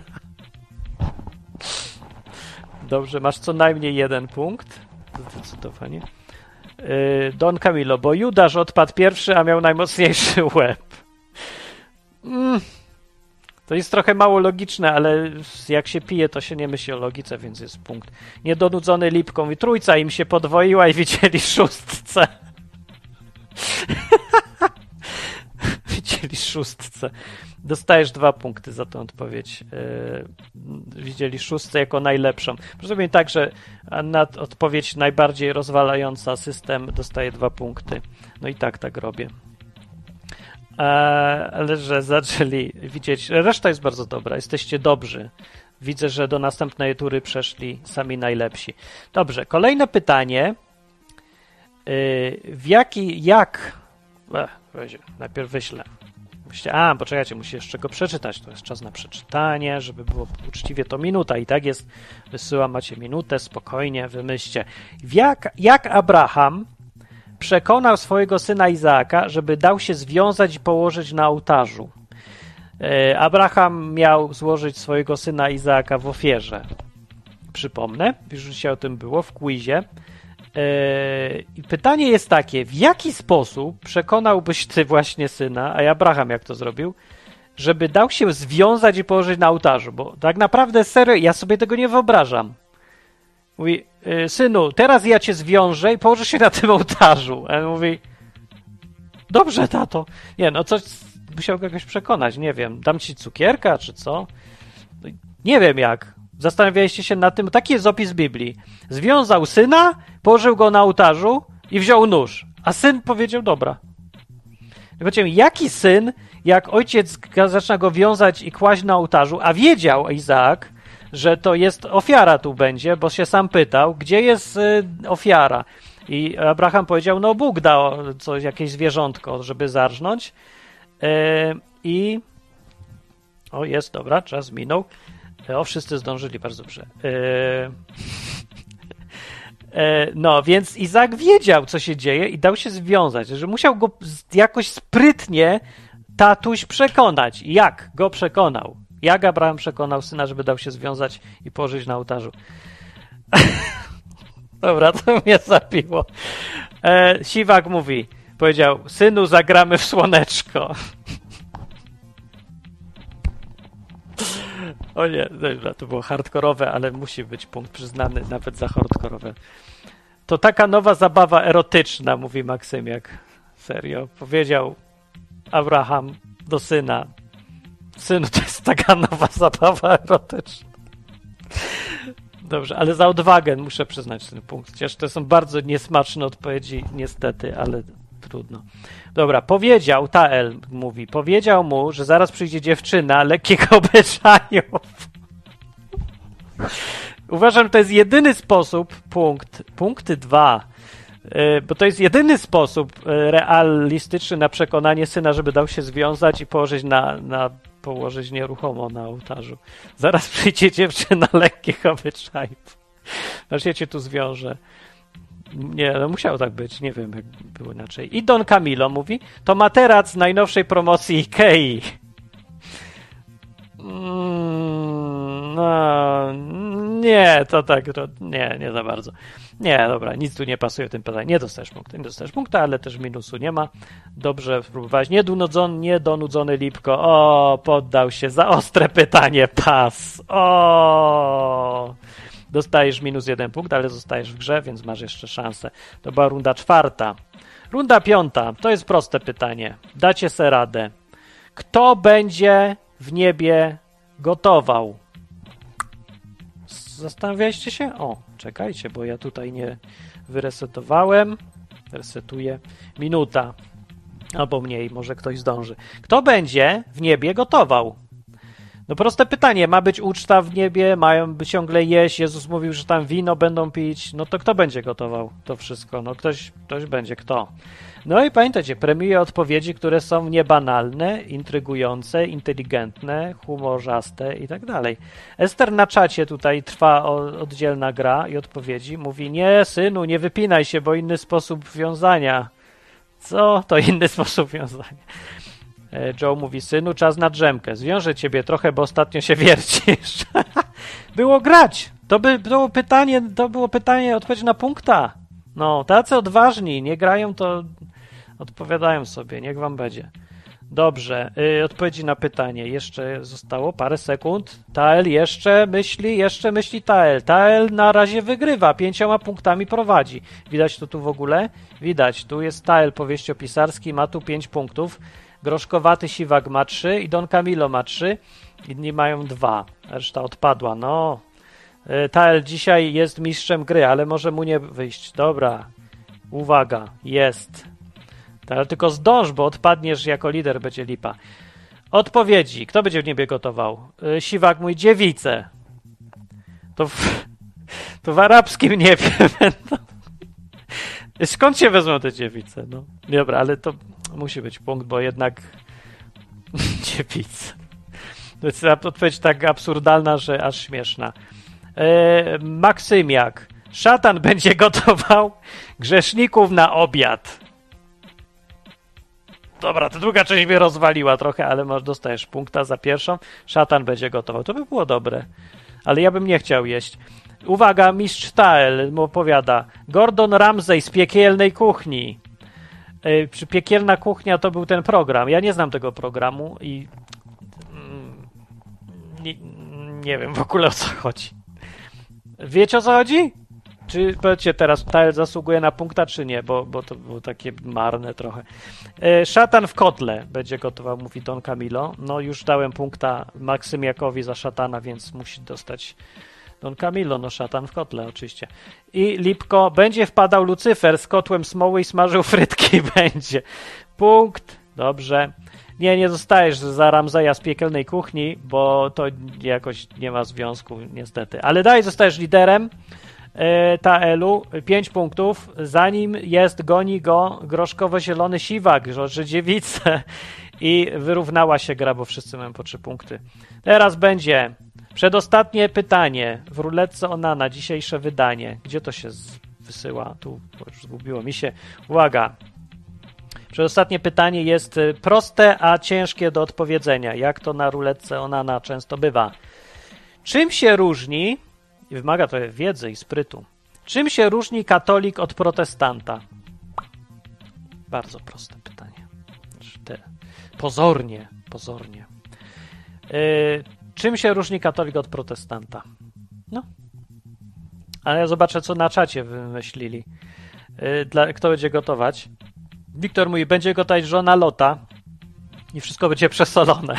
Dobrze, masz co najmniej jeden punkt. Zdecydowanie. Don Camilo, bo Judasz odpadł pierwszy, a miał najmocniejszy łeb. Mm. To jest trochę mało logiczne, ale jak się pije, to się nie myśli o logice, więc jest punkt. Niedonudzony lipką i trójca im się podwoiła i widzieli szóstce. Widzieli szóstce. Dostajesz dwa punkty za tę odpowiedź. Yy, widzieli szóstce jako najlepszą. Rozumiem tak, że na odpowiedź najbardziej rozwalająca system dostaje dwa punkty. No i tak, tak robię. E, ale że zaczęli widzieć... Reszta jest bardzo dobra. Jesteście dobrzy. Widzę, że do następnej tury przeszli sami najlepsi. Dobrze, kolejne pytanie. Yy, w jaki... Jak... Ech, najpierw wyślę. A, poczekajcie, muszę jeszcze go przeczytać. To jest czas na przeczytanie, żeby było uczciwie. To minuta i tak jest. Wysyłam, macie minutę, spokojnie, wymyślcie. Jak, jak Abraham przekonał swojego syna Izaaka, żeby dał się związać i położyć na ołtarzu? E, Abraham miał złożyć swojego syna Izaaka w ofierze. Przypomnę, już dzisiaj o tym było w quizie. I pytanie jest takie, w jaki sposób przekonałbyś ty właśnie syna, a Abraham jak to zrobił, żeby dał się związać i położyć na ołtarzu? Bo tak naprawdę serio, ja sobie tego nie wyobrażam. Mówi, synu, teraz ja cię zwiążę i położysz się na tym ołtarzu. A on mówi, dobrze, tato. Nie, no coś musiał go jakoś przekonać, nie wiem, dam ci cukierka czy co? Nie wiem jak. Zastanawialiście się nad tym, taki jest opis Biblii. Związał syna, położył go na ołtarzu i wziął nóż. A syn powiedział, dobra. I powiedziałem, jaki syn, jak ojciec zaczyna go wiązać i kłaść na ołtarzu, a wiedział Izaak, że to jest ofiara tu będzie, bo się sam pytał, gdzie jest y, ofiara. I Abraham powiedział, no Bóg dał coś, jakieś zwierzątko, żeby zarżnąć. Yy, I... O, jest, dobra, czas minął. O, wszyscy zdążyli, bardzo dobrze. Yy... No, więc Izaak wiedział, co się dzieje i dał się związać, że musiał go jakoś sprytnie tatuś przekonać. Jak go przekonał? Jak Abraham przekonał syna, żeby dał się związać i położyć na ołtarzu? Dobra, to mnie zabiło. E, Siwak mówi, powiedział, synu, zagramy w słoneczko. O nie, dobra, to było hardkorowe, ale musi być punkt przyznany nawet za hardkorowe. To taka nowa zabawa erotyczna, mówi Maksymiak. Serio, powiedział Abraham do syna. Synu, to jest taka nowa zabawa erotyczna. Dobrze, ale za odwagę muszę przyznać ten punkt. Chociaż to są bardzo niesmaczne odpowiedzi, niestety, ale trudno. Dobra, powiedział, Tael mówi, powiedział mu, że zaraz przyjdzie dziewczyna lekkiego obyczajów. Uważam, że to jest jedyny sposób, punkt, punkty dwa, yy, bo to jest jedyny sposób yy, realistyczny na przekonanie syna, żeby dał się związać i położyć na, na położyć nieruchomo na ołtarzu. Zaraz przyjdzie dziewczyna lekkich obyczajów. Znaczy ja cię tu zwiążę. Nie, no musiało tak być, nie wiem jak było inaczej. I Don Camilo mówi, to materac z najnowszej promocji Ikei. Mm, no, nie, to tak, to, nie, nie za bardzo. Nie, dobra, nic tu nie pasuje w tym pytaniu. Nie dostajesz punktu, nie dostajesz punktu, ale też minusu nie ma. Dobrze spróbowałeś. Niedonudzony, niedonudzony Lipko. O, poddał się za ostre pytanie. Pas. O. Dostajesz minus jeden punkt, ale zostajesz w grze, więc masz jeszcze szansę. To była runda czwarta. Runda piąta. To jest proste pytanie. Dacie se radę. Kto będzie w niebie gotował? Zastanawialiście się? O, czekajcie, bo ja tutaj nie wyresetowałem. Resetuję. Minuta. Albo mniej, może ktoś zdąży. Kto będzie w niebie gotował? No proste pytanie, ma być uczta w niebie, mają by ciągle jeść, Jezus mówił, że tam wino będą pić, no to kto będzie gotował to wszystko? No ktoś, ktoś będzie, kto? No i pamiętajcie, premiuję odpowiedzi, które są niebanalne, intrygujące, inteligentne, humorzaste i tak dalej. Ester na czacie tutaj trwa oddzielna gra i odpowiedzi, mówi, nie synu, nie wypinaj się, bo inny sposób wiązania. Co? To inny sposób wiązania. Joe mówi, synu, czas na drzemkę. Zwiążę ciebie trochę, bo ostatnio się wiercisz. Było grać. To by było pytanie, to było pytanie, odpowiedź na punkta. No, tacy odważni, nie grają, to odpowiadają sobie, niech wam będzie. Dobrze, yy, odpowiedzi na pytanie. Jeszcze zostało parę sekund. Tael jeszcze myśli, jeszcze myśli Tael. Tael na razie wygrywa, pięcioma punktami prowadzi. Widać to tu w ogóle? Widać, tu jest Tael powieściopisarski, ma tu pięć punktów. Groszkowaty Siwak ma trzy i Don Camilo ma trzy. Inni mają dwa. Reszta odpadła. No. Tael dzisiaj jest mistrzem gry, ale może mu nie wyjść. Dobra. Uwaga. Jest. Ale tylko zdąż, bo odpadniesz jako lider, będzie lipa. Odpowiedzi. Kto będzie w niebie gotował? Siwak mój dziewice. To w, to w arabskim niebie będą. Skąd się wezmą te dziewice? No. Dobra, ale to musi być punkt, bo jednak dziewice. To jest odpowiedź tak absurdalna, że aż śmieszna. E, Maksymiak. Szatan będzie gotował grzeszników na obiad. Dobra, ta druga część mnie rozwaliła trochę, ale może dostajesz punkta za pierwszą. Szatan będzie gotował. To by było dobre. Ale ja bym nie chciał jeść. Uwaga, mistrz Tael mu opowiada. Gordon Ramsay z piekielnej kuchni. Yy, Piekielna kuchnia to był ten program. Ja nie znam tego programu i mm, nie, nie wiem w ogóle o co chodzi. Wiecie o co chodzi? Czy powiedzcie teraz, Tael zasługuje na punkta, czy nie? Bo, bo to było takie marne trochę. Yy, szatan w kotle będzie gotował, mówi Don Camilo. No już dałem punkta Maksymiakowi za szatana, więc musi dostać Don Camilo, no szatan w kotle oczywiście. I Lipko, będzie wpadał Lucyfer z kotłem smoły i smażył frytki, będzie. Punkt, dobrze. Nie, nie zostajesz za Ramzaya z piekielnej kuchni, bo to jakoś nie ma związku niestety. Ale dalej zostajesz liderem e, Taelu, pięć punktów. Zanim jest, goni go groszkowo-zielony siwak, że dziewice. I wyrównała się gra, bo wszyscy mają po trzy punkty. Teraz będzie przedostatnie pytanie w ruletce Onana, dzisiejsze wydanie. Gdzie to się z... wysyła? Tu, bo już zgubiło mi się. Uwaga. Przedostatnie pytanie jest proste, a ciężkie do odpowiedzenia, jak to na ruletce Onana często bywa. Czym się różni, i wymaga to wiedzy i sprytu, czym się różni katolik od protestanta? Bardzo proste pytanie. Te, pozornie, pozornie. Yy, czym się różni katolik od protestanta? No. Ale ja zobaczę, co na czacie wymyślili. Yy, dla, kto będzie gotować? Wiktor mówi, będzie gotować żona Lota i wszystko będzie przesolone.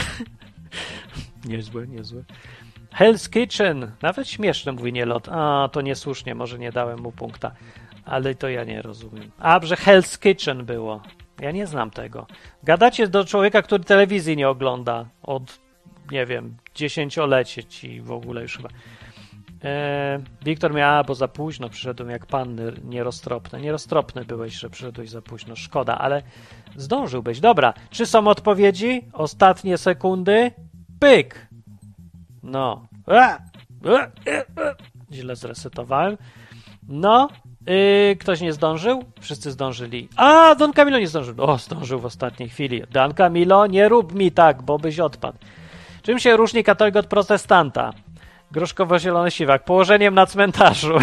Niezłe, niezłe. Hell's Kitchen. Nawet śmieszne, mówi nie Lot. A, to niesłusznie, może nie dałem mu punkta. Ale to ja nie rozumiem. A, że Hell's Kitchen było. Ja nie znam tego. Gadacie do człowieka, który telewizji nie ogląda od, nie wiem, dziesięcioleci ci w ogóle już chyba. E, Wiktor miał, a, bo za późno przyszedłem jak panny nieroztropne. Nieroztropny byłeś, że przyszedłeś za późno. Szkoda, ale zdążyłbyś. Dobra, czy są odpowiedzi? Ostatnie sekundy. Pyk! No. A! Źle zresetowałem. No. Yy, ktoś nie zdążył? Wszyscy zdążyli. A, Don Camilo nie zdążył. O, zdążył w ostatniej chwili. Don Camilo, nie rób mi tak, bo byś odpadł. Czym się różni katolik od protestanta? Gruszkowo-zielony siwak. Położeniem na cmentarzu.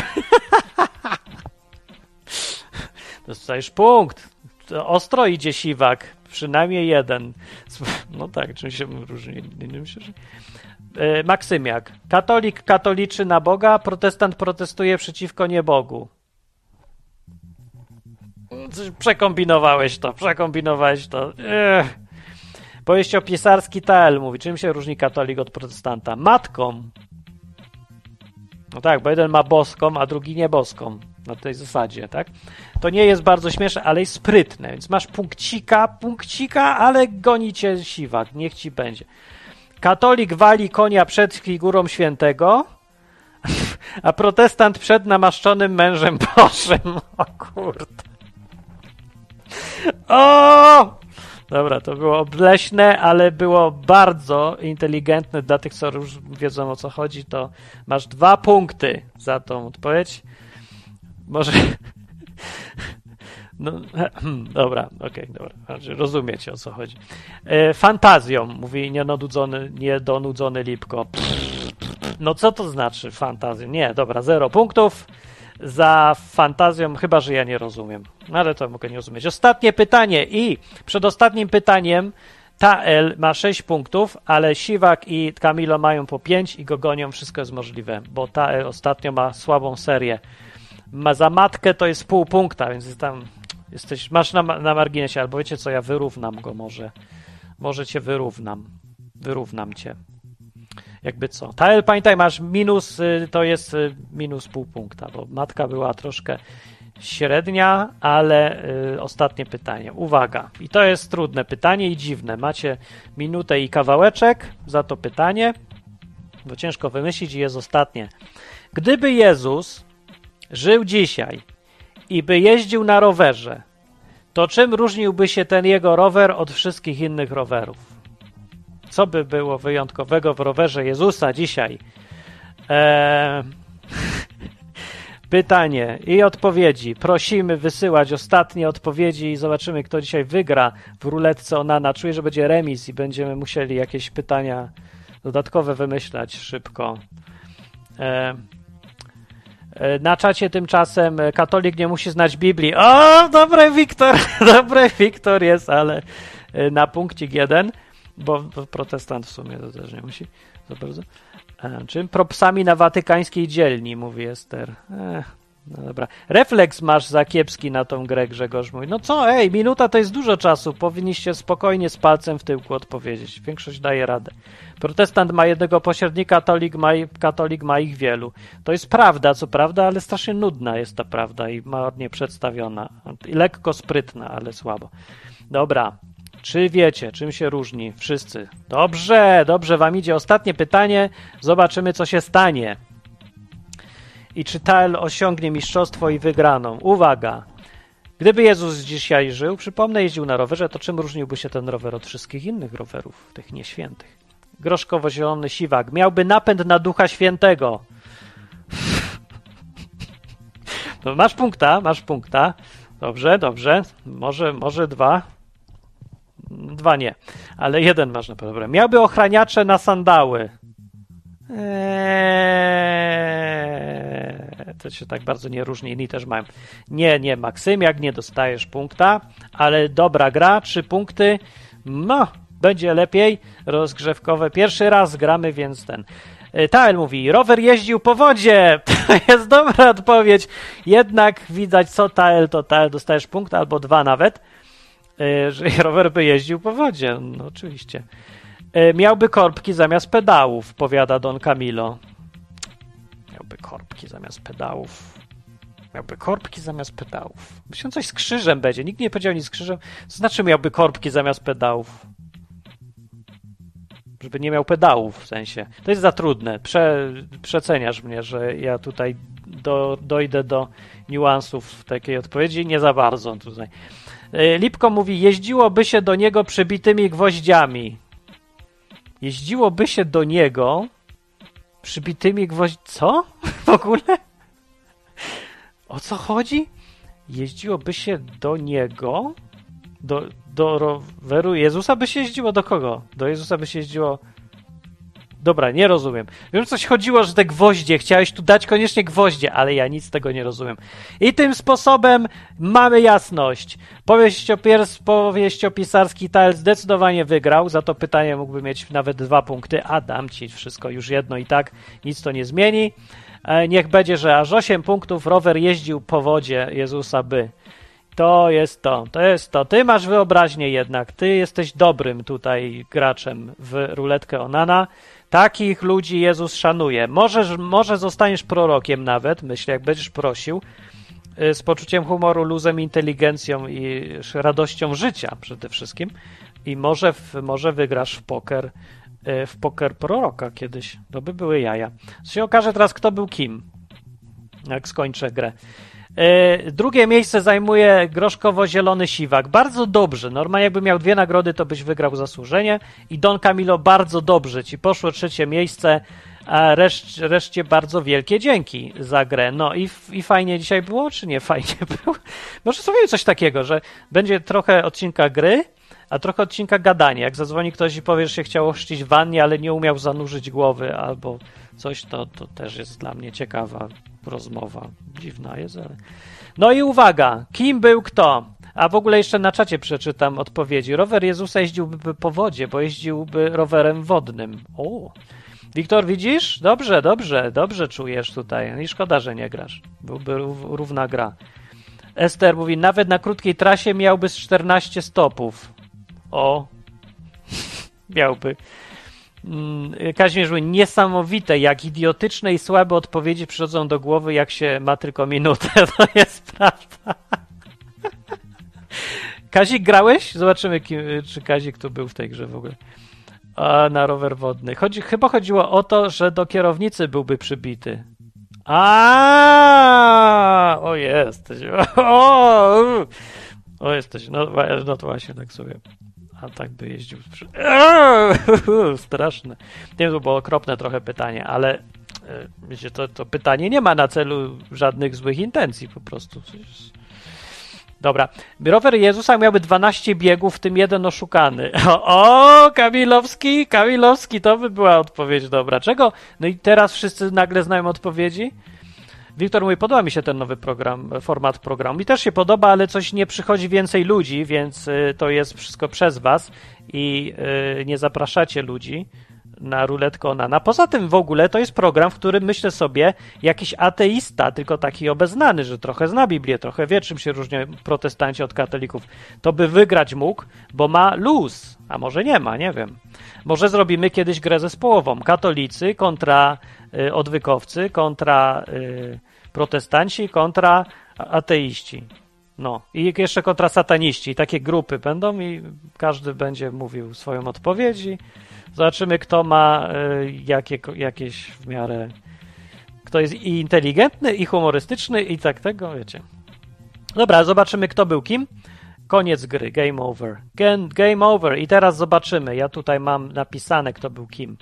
Dostajesz punkt. Ostro idzie siwak. Przynajmniej jeden. No tak, czym się różni? Yy, Maksymiak. Katolik katoliczy na Boga, protestant protestuje przeciwko niebogu. Przekombinowałeś to, przekombinowałeś to. Ech. Powieściopisarski T L mówi, czym się różni katolik od protestanta? Matką. No tak, bo jeden ma boską, a drugi nieboską. Na tej zasadzie, tak? To nie jest bardzo śmieszne, ale jest sprytne, więc masz punkcika, punkcika, ale goni cię siwak, niech ci będzie. Katolik wali konia przed figurą świętego, a protestant przed namaszczonym mężem Bożym. O kurde. O! Dobra, to było obleśne, ale było bardzo inteligentne dla tych, co już wiedzą, o co chodzi. To masz dwa punkty za tą odpowiedź. Może... No, dobra, okej, okay, dobra. Rozumiecie, o co chodzi. E, fantazją, mówi niedonudzony, niedonudzony Lipko. No co to znaczy fantazją? Nie, dobra, zero punktów za fantazją, chyba że ja nie rozumiem. No ale to mogę nie rozumieć. Ostatnie pytanie i przed ostatnim pytaniem Tael ma sześć punktów, ale Siwak i Camilo mają po pięć i go gonią, wszystko jest możliwe, bo Tael ostatnio ma słabą serię. Ma za matkę to jest pół punkta, więc jest tam jesteś, masz na, na marginesie, albo wiecie co, ja wyrównam go może. Może cię wyrównam. Wyrównam cię. Jakby co. Tael, pamiętaj, masz minus, to jest minus pół punkta, bo matka była troszkę średnia, ale y, ostatnie pytanie. Uwaga. I to jest trudne pytanie i dziwne. Macie minutę i kawałeczek za to pytanie, bo ciężko wymyślić i jest ostatnie. Gdyby Jezus żył dzisiaj i by jeździł na rowerze, to czym różniłby się ten jego rower od wszystkich innych rowerów? Co by było wyjątkowego w rowerze Jezusa dzisiaj? Eee... Pytanie i odpowiedzi. Prosimy wysyłać ostatnie odpowiedzi i zobaczymy, kto dzisiaj wygra w ruletce Onana. Czuję, że będzie remis i będziemy musieli jakieś pytania dodatkowe wymyślać szybko. Eee... Na czacie tymczasem katolik nie musi znać Biblii. O, dobry Wiktor, dobry Wiktor jest, ale na punkcik jeden, bo protestant w sumie to też nie musi za bardzo. A, czym? Propsami na watykańskiej dzielni, mówi Ester. Ech, no dobra. Refleks masz za kiepski na tą grę, Grzegorz mój. No co, ej, minuta to jest dużo czasu. Powinniście spokojnie z palcem w tyłku odpowiedzieć. Większość daje radę. Protestant ma jednego pośrednika, katolik ma, katolik ma ich wielu. To jest prawda, co prawda, ale strasznie nudna jest ta prawda i ładnie przedstawiona. I lekko sprytna, ale słabo. Dobra. Czy wiecie, czym się różni? Wszyscy. Dobrze, dobrze wam idzie. Ostatnie pytanie. Zobaczymy, co się stanie. I czy Tael osiągnie mistrzostwo i wygraną. Uwaga. Gdyby Jezus dzisiaj żył, przypomnę, jeździł na rowerze, to czym różniłby się ten rower od wszystkich innych rowerów, tych nieświętych? Groszkowo-zielony siwak. Miałby napęd na Ducha Świętego. No, masz punkta, masz punkta. Dobrze, dobrze. Może, może dwa. Dwa nie, ale jeden masz na pewno. Miałby ochraniacze na sandały. Eee, to się tak bardzo nie różni, inni też mają. Nie, nie, Maksymiak, nie dostajesz punkta, ale dobra gra, trzy punkty. No, będzie lepiej, rozgrzewkowe. Pierwszy raz gramy, więc ten. Tael mówi, rower jeździł po wodzie. To jest dobra odpowiedź. Jednak widać, co Tael, to Tael dostajesz punkt, albo dwa nawet. Że rower by jeździł po wodzie, no oczywiście. Miałby korbki zamiast pedałów, powiada Don Camilo. Miałby korbki zamiast pedałów. Miałby korbki zamiast pedałów. Myślę, coś z krzyżem będzie. Nikt nie powiedział nic z krzyżem. Co znaczy miałby korbki zamiast pedałów? żeby nie miał pedałów w sensie. To jest za trudne. Prze, przeceniasz mnie, że ja tutaj do, dojdę do niuansów takiej odpowiedzi. Nie za bardzo tutaj. Lipko mówi, jeździłoby się do niego przybitymi gwoździami. Jeździłoby się do niego przybitymi gwoździami. Co? W ogóle? O co chodzi? Jeździłoby się do niego? Do, do roweru Jezusa by się jeździło? Do kogo? Do Jezusa by się jeździło... Dobra, nie rozumiem. Wiem, coś chodziło, że te gwoździe, chciałeś tu dać koniecznie gwoździe, ale ja nic z tego nie rozumiem. I tym sposobem mamy jasność. Powieściopiers, powieściopisarski Tael zdecydowanie wygrał, za to pytanie mógłby mieć nawet dwa punkty, a dam ci wszystko już jedno i tak, nic to nie zmieni. Niech będzie, że aż osiem punktów rower jeździł po wodzie Jezusa by. To jest to, to jest to. Ty masz wyobraźnię jednak, ty jesteś dobrym tutaj graczem w ruletkę Onana. Takich ludzi Jezus szanuje. Możesz, może zostaniesz prorokiem nawet, myślę, jak będziesz prosił, z poczuciem humoru, luzem, inteligencją i radością życia przede wszystkim. I może, w, może wygrasz w poker, w poker proroka kiedyś. To by były jaja. To się okaże teraz, kto był kim, jak skończę grę. Drugie miejsce zajmuje groszkowo-zielony siwak. Bardzo dobrze. Normalnie jakby miał dwie nagrody, to byś wygrał zasłużenie. I Don Camilo, bardzo dobrze ci poszło trzecie miejsce, a reszt, reszcie bardzo wielkie dzięki za grę. No i, i fajnie dzisiaj było, czy nie fajnie było? Może sobie coś takiego, że będzie trochę odcinka gry, a trochę odcinka gadania. Jak zadzwoni ktoś i powie, że się chciał ochrzcić w wannie, ale nie umiał zanurzyć głowy albo coś, to, to też jest dla mnie ciekawa rozmowa. Dziwna jest, ale... No i uwaga, kim był kto? A w ogóle jeszcze na czacie przeczytam odpowiedzi. Rower Jezusa jeździłby po wodzie, bo jeździłby rowerem wodnym. O, Wiktor, widzisz? Dobrze, dobrze, dobrze czujesz tutaj. I szkoda, że nie grasz. Byłby równa gra. Ester mówi, nawet na krótkiej trasie miałby z czternaście stopów. O, miałby. Kazimierz mówi, niesamowite, jak idiotyczne i słabe odpowiedzi przychodzą do głowy, jak się ma tylko minutę. To jest prawda. Kazik, grałeś? Zobaczymy, kim, czy Kazik tu był w tej grze w ogóle. A, na rower wodny. Chodzi, chyba chodziło o to, że do kierownicy byłby przybity. A, o jesteś. O, o jesteś. No, no to właśnie tak sobie. A tak by jeździł. Eee, straszne. Nie wiem, to było okropne trochę pytanie, ale wiecie, to, to pytanie nie ma na celu żadnych złych intencji, po prostu. Dobra. Rower Jezusa miałby dwanaście biegów, w tym jeden oszukany. O, o, Kamilowski, Kamilowski, to by była odpowiedź dobra. Czego? No i teraz wszyscy nagle znają odpowiedzi? Wiktor mówi, podoba mi się ten nowy program, format programu. Mi też się podoba, ale coś nie przychodzi więcej ludzi, więc y, to jest wszystko przez was i y, nie zapraszacie ludzi na ruletkę Onana. Poza tym w ogóle to jest program, w którym myślę sobie jakiś ateista, tylko taki obeznany, że trochę zna Biblię, trochę wie, czym się różnią protestanci od katolików, to by wygrać mógł, bo ma luz, a może nie ma, nie wiem. Może zrobimy kiedyś grę zespołową. Katolicy kontra y, odwykowcy, kontra y, protestanci, kontra ateiści. No i jeszcze kontra sataniści. I takie grupy będą i każdy będzie mówił swoją odpowiedź. Zobaczymy, kto ma y, jakie, jakieś w miarę... Kto jest i inteligentny, i humorystyczny, i tak tego, wiecie. Dobra, zobaczymy, kto był kim. Koniec gry, game over. Game over. I teraz zobaczymy. Ja tutaj mam napisane, kto był kim.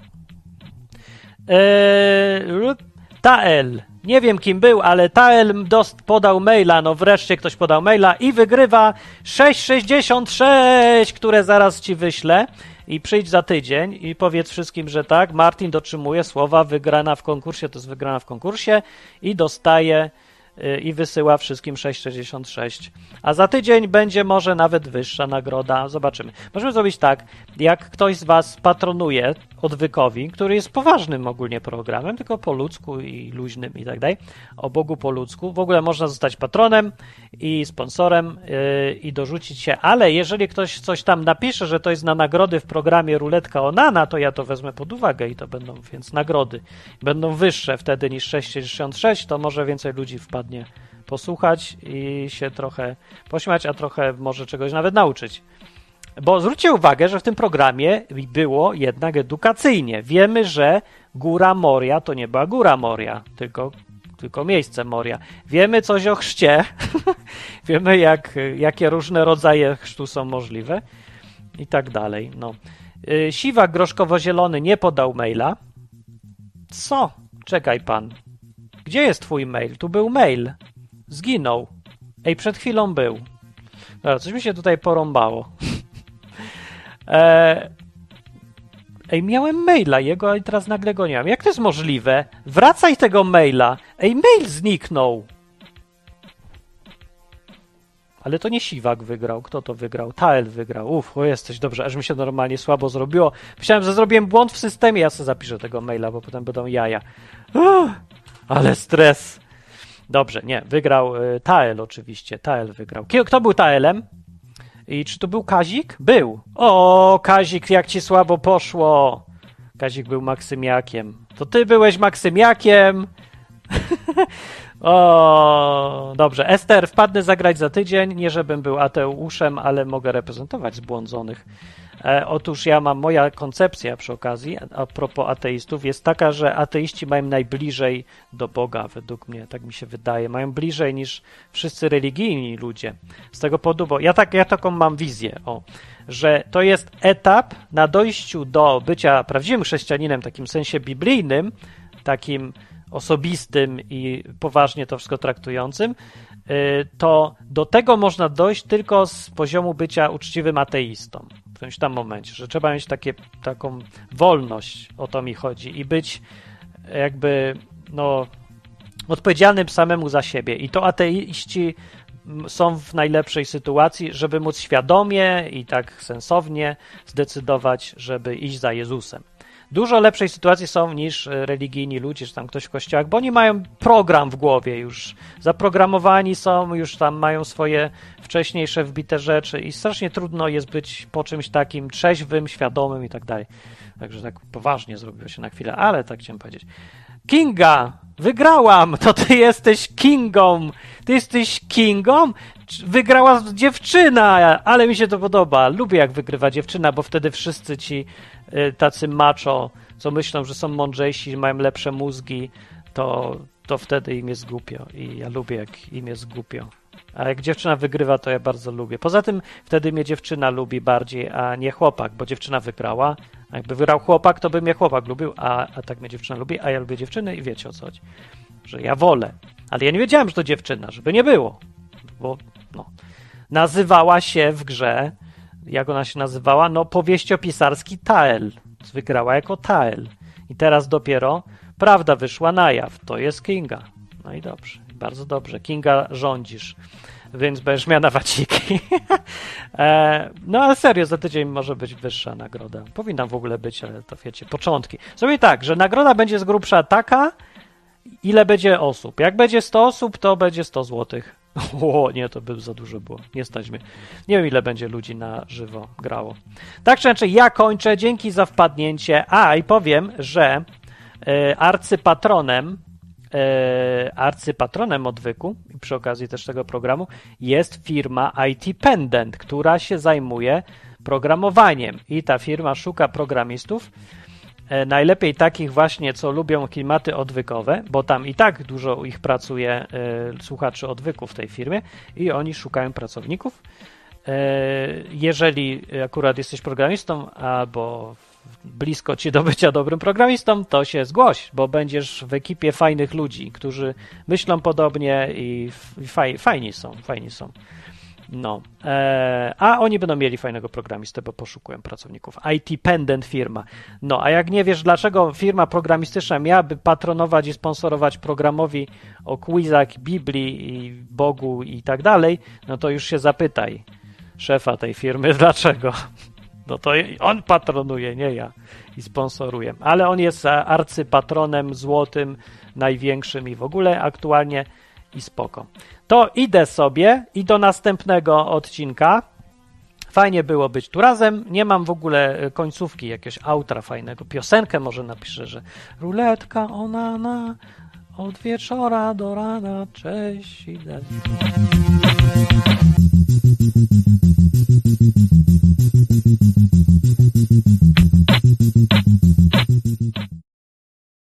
Eee, Tael. Nie wiem, kim był, ale Tael dost podał maila. No wreszcie ktoś podał maila i wygrywa sześć sześćdziesiąt sześć, które zaraz ci wyślę. I przyjdź za tydzień i powiedz wszystkim, że tak. Martin dotrzymuje słowa, wygrana w konkursie, to jest wygrana w konkursie i dostaje i wysyła wszystkim sześć sześćdziesiąt sześć. A za tydzień będzie może nawet wyższa nagroda. Zobaczymy. Możemy zrobić tak, jak ktoś z was patronuje Odwykowi, który jest poważnym ogólnie programem, tylko po ludzku i luźnym i tak dalej, o Bogu po ludzku. W ogóle można zostać patronem i sponsorem yy, i dorzucić się, ale jeżeli ktoś coś tam napisze, że to jest na nagrody w programie Ruletka Onana, to ja to wezmę pod uwagę i to będą więc nagrody. Będą wyższe wtedy niż sześć sześćdziesiąt sześć, to może więcej ludzi wpadnie posłuchać i się trochę pośmiać, a trochę może czegoś nawet nauczyć. Bo zwróćcie uwagę, że w tym programie było jednak edukacyjnie. Wiemy, że Góra Moria to nie była Góra Moria, tylko, tylko miejsce Moria. Wiemy coś o chrzcie, wiemy jak, jakie różne rodzaje chrztu są możliwe i tak dalej. No. Siwak groszkowo-zielony nie podał maila. Co? Czekaj pan. Gdzie jest twój mail? Tu był mail. Zginął. Ej, przed chwilą był. Dobra, coś mi się tutaj porąbało. Eee, ej, miałem maila jego, ale teraz nagle go nie mam. Jak to jest możliwe? Wracaj tego maila. Ej, mail zniknął. Ale to nie Siwak wygrał. Kto to wygrał? Tael wygrał. Uf, o jesteś, dobrze, aż mi się normalnie słabo zrobiło. Myślałem, że zrobiłem błąd w systemie. Ja sobie zapiszę tego maila, bo potem będą jaja. Uff, ale stres. Dobrze, nie, wygrał y, Tael oczywiście. Tael wygrał. Kto był Taelem? I czy to był Kazik? Był. O, Kazik, jak ci słabo poszło. Kazik był Maksymiakiem. To ty byłeś Maksymiakiem. O, dobrze. Ester, wpadnę zagrać za tydzień. Nie, żebym był ateuszem, ale mogę reprezentować zbłądzonych. E, otóż ja mam, moja koncepcja przy okazji, a propos ateistów, jest taka, że ateiści mają najbliżej do Boga, według mnie, tak mi się wydaje. Mają bliżej niż wszyscy religijni ludzie. Z tego powodu, bo ja, tak, ja taką mam wizję, o, że to jest etap na dojściu do bycia prawdziwym chrześcijaninem, w takim sensie biblijnym, takim osobistym i poważnie to wszystko traktującym, to do tego można dojść tylko z poziomu bycia uczciwym ateistą. W którymś tam momencie, że trzeba mieć takie, taką wolność, o to mi chodzi, i być jakby no, odpowiedzialnym samemu za siebie. I to ateiści są w najlepszej sytuacji, żeby móc świadomie i tak sensownie zdecydować, żeby iść za Jezusem. Dużo lepszej sytuacji są niż religijni ludzie, czy tam ktoś w kościołach, bo oni mają program w głowie już, zaprogramowani są, już tam mają swoje wcześniejsze wbite rzeczy i strasznie trudno jest być po czymś takim trzeźwym, świadomym i tak dalej. Także tak poważnie zrobiło się na chwilę, ale tak chciałem powiedzieć. Kinga! Wygrałam! To ty jesteś Kingą! Ty jesteś Kingą? Wygrała dziewczyna! Ale mi się to podoba. Lubię, jak wygrywa dziewczyna, bo wtedy wszyscy ci y, tacy macho, co myślą, że są mądrzejsi, mają lepsze mózgi, to, to wtedy im jest głupio. I ja lubię, jak im jest głupio. A jak dziewczyna wygrywa, to ja bardzo lubię. Poza tym wtedy mnie dziewczyna lubi bardziej, a nie chłopak, bo dziewczyna wygrała. A jakby wygrał chłopak, to by mnie chłopak lubił, a, a tak mnie dziewczyna lubi, a ja lubię dziewczyny i wiecie, o co chodzi. Że ja wolę. Ale ja nie wiedziałem, że to dziewczyna, żeby nie było. Bo no, nazywała się w grze, jak ona się nazywała? No, powieściopisarski Tael. Wygrała jako Tael. I teraz dopiero prawda wyszła na jaw. To jest Kinga. No i dobrze. Bardzo dobrze. Kinga, rządzisz. Więc będziesz miała na waciki. e, no ale serio, za tydzień może być wyższa nagroda. Powinna w ogóle być, ale to wiecie, początki. Zrobię tak, że nagroda będzie z grubsza taka, ile będzie osób. Jak będzie sto osób, to będzie sto złotych. O, nie, to by za dużo było. Nie stać mnie. Nie wiem, ile będzie ludzi na żywo grało. Tak czy inaczej, ja kończę. Dzięki za wpadnięcie. A, i powiem, że y, arcypatronem y, arcypatronem odwyku i przy okazji też tego programu jest firma I T Pendant, która się zajmuje programowaniem. I ta firma szuka programistów, najlepiej takich właśnie, co lubią klimaty odwykowe, bo tam i tak dużo ich pracuje y, słuchaczy odwyku w tej firmie i oni szukają pracowników. Y, jeżeli akurat jesteś programistą albo blisko ci do bycia dobrym programistą, to się zgłoś, bo będziesz w ekipie fajnych ludzi, którzy myślą podobnie i, i faj, fajni są, fajni są. No, e, a oni będą mieli fajnego programistę, bo poszukują pracowników. I T Pendant firma. No, a jak nie wiesz, dlaczego firma programistyczna miałaby patronować i sponsorować programowi o quizach, Biblii i Bogu i tak dalej, no to już się zapytaj szefa tej firmy, dlaczego. No to on patronuje, nie ja, i sponsoruje. Ale on jest arcypatronem złotym, największym i w ogóle aktualnie i spoko. To idę sobie i do następnego odcinka. Fajnie było być tu razem. Nie mam w ogóle końcówki, jakiegoś outra fajnego. Piosenkę może napiszę, że ruletka onana od wieczora do rana. Cześć, idę.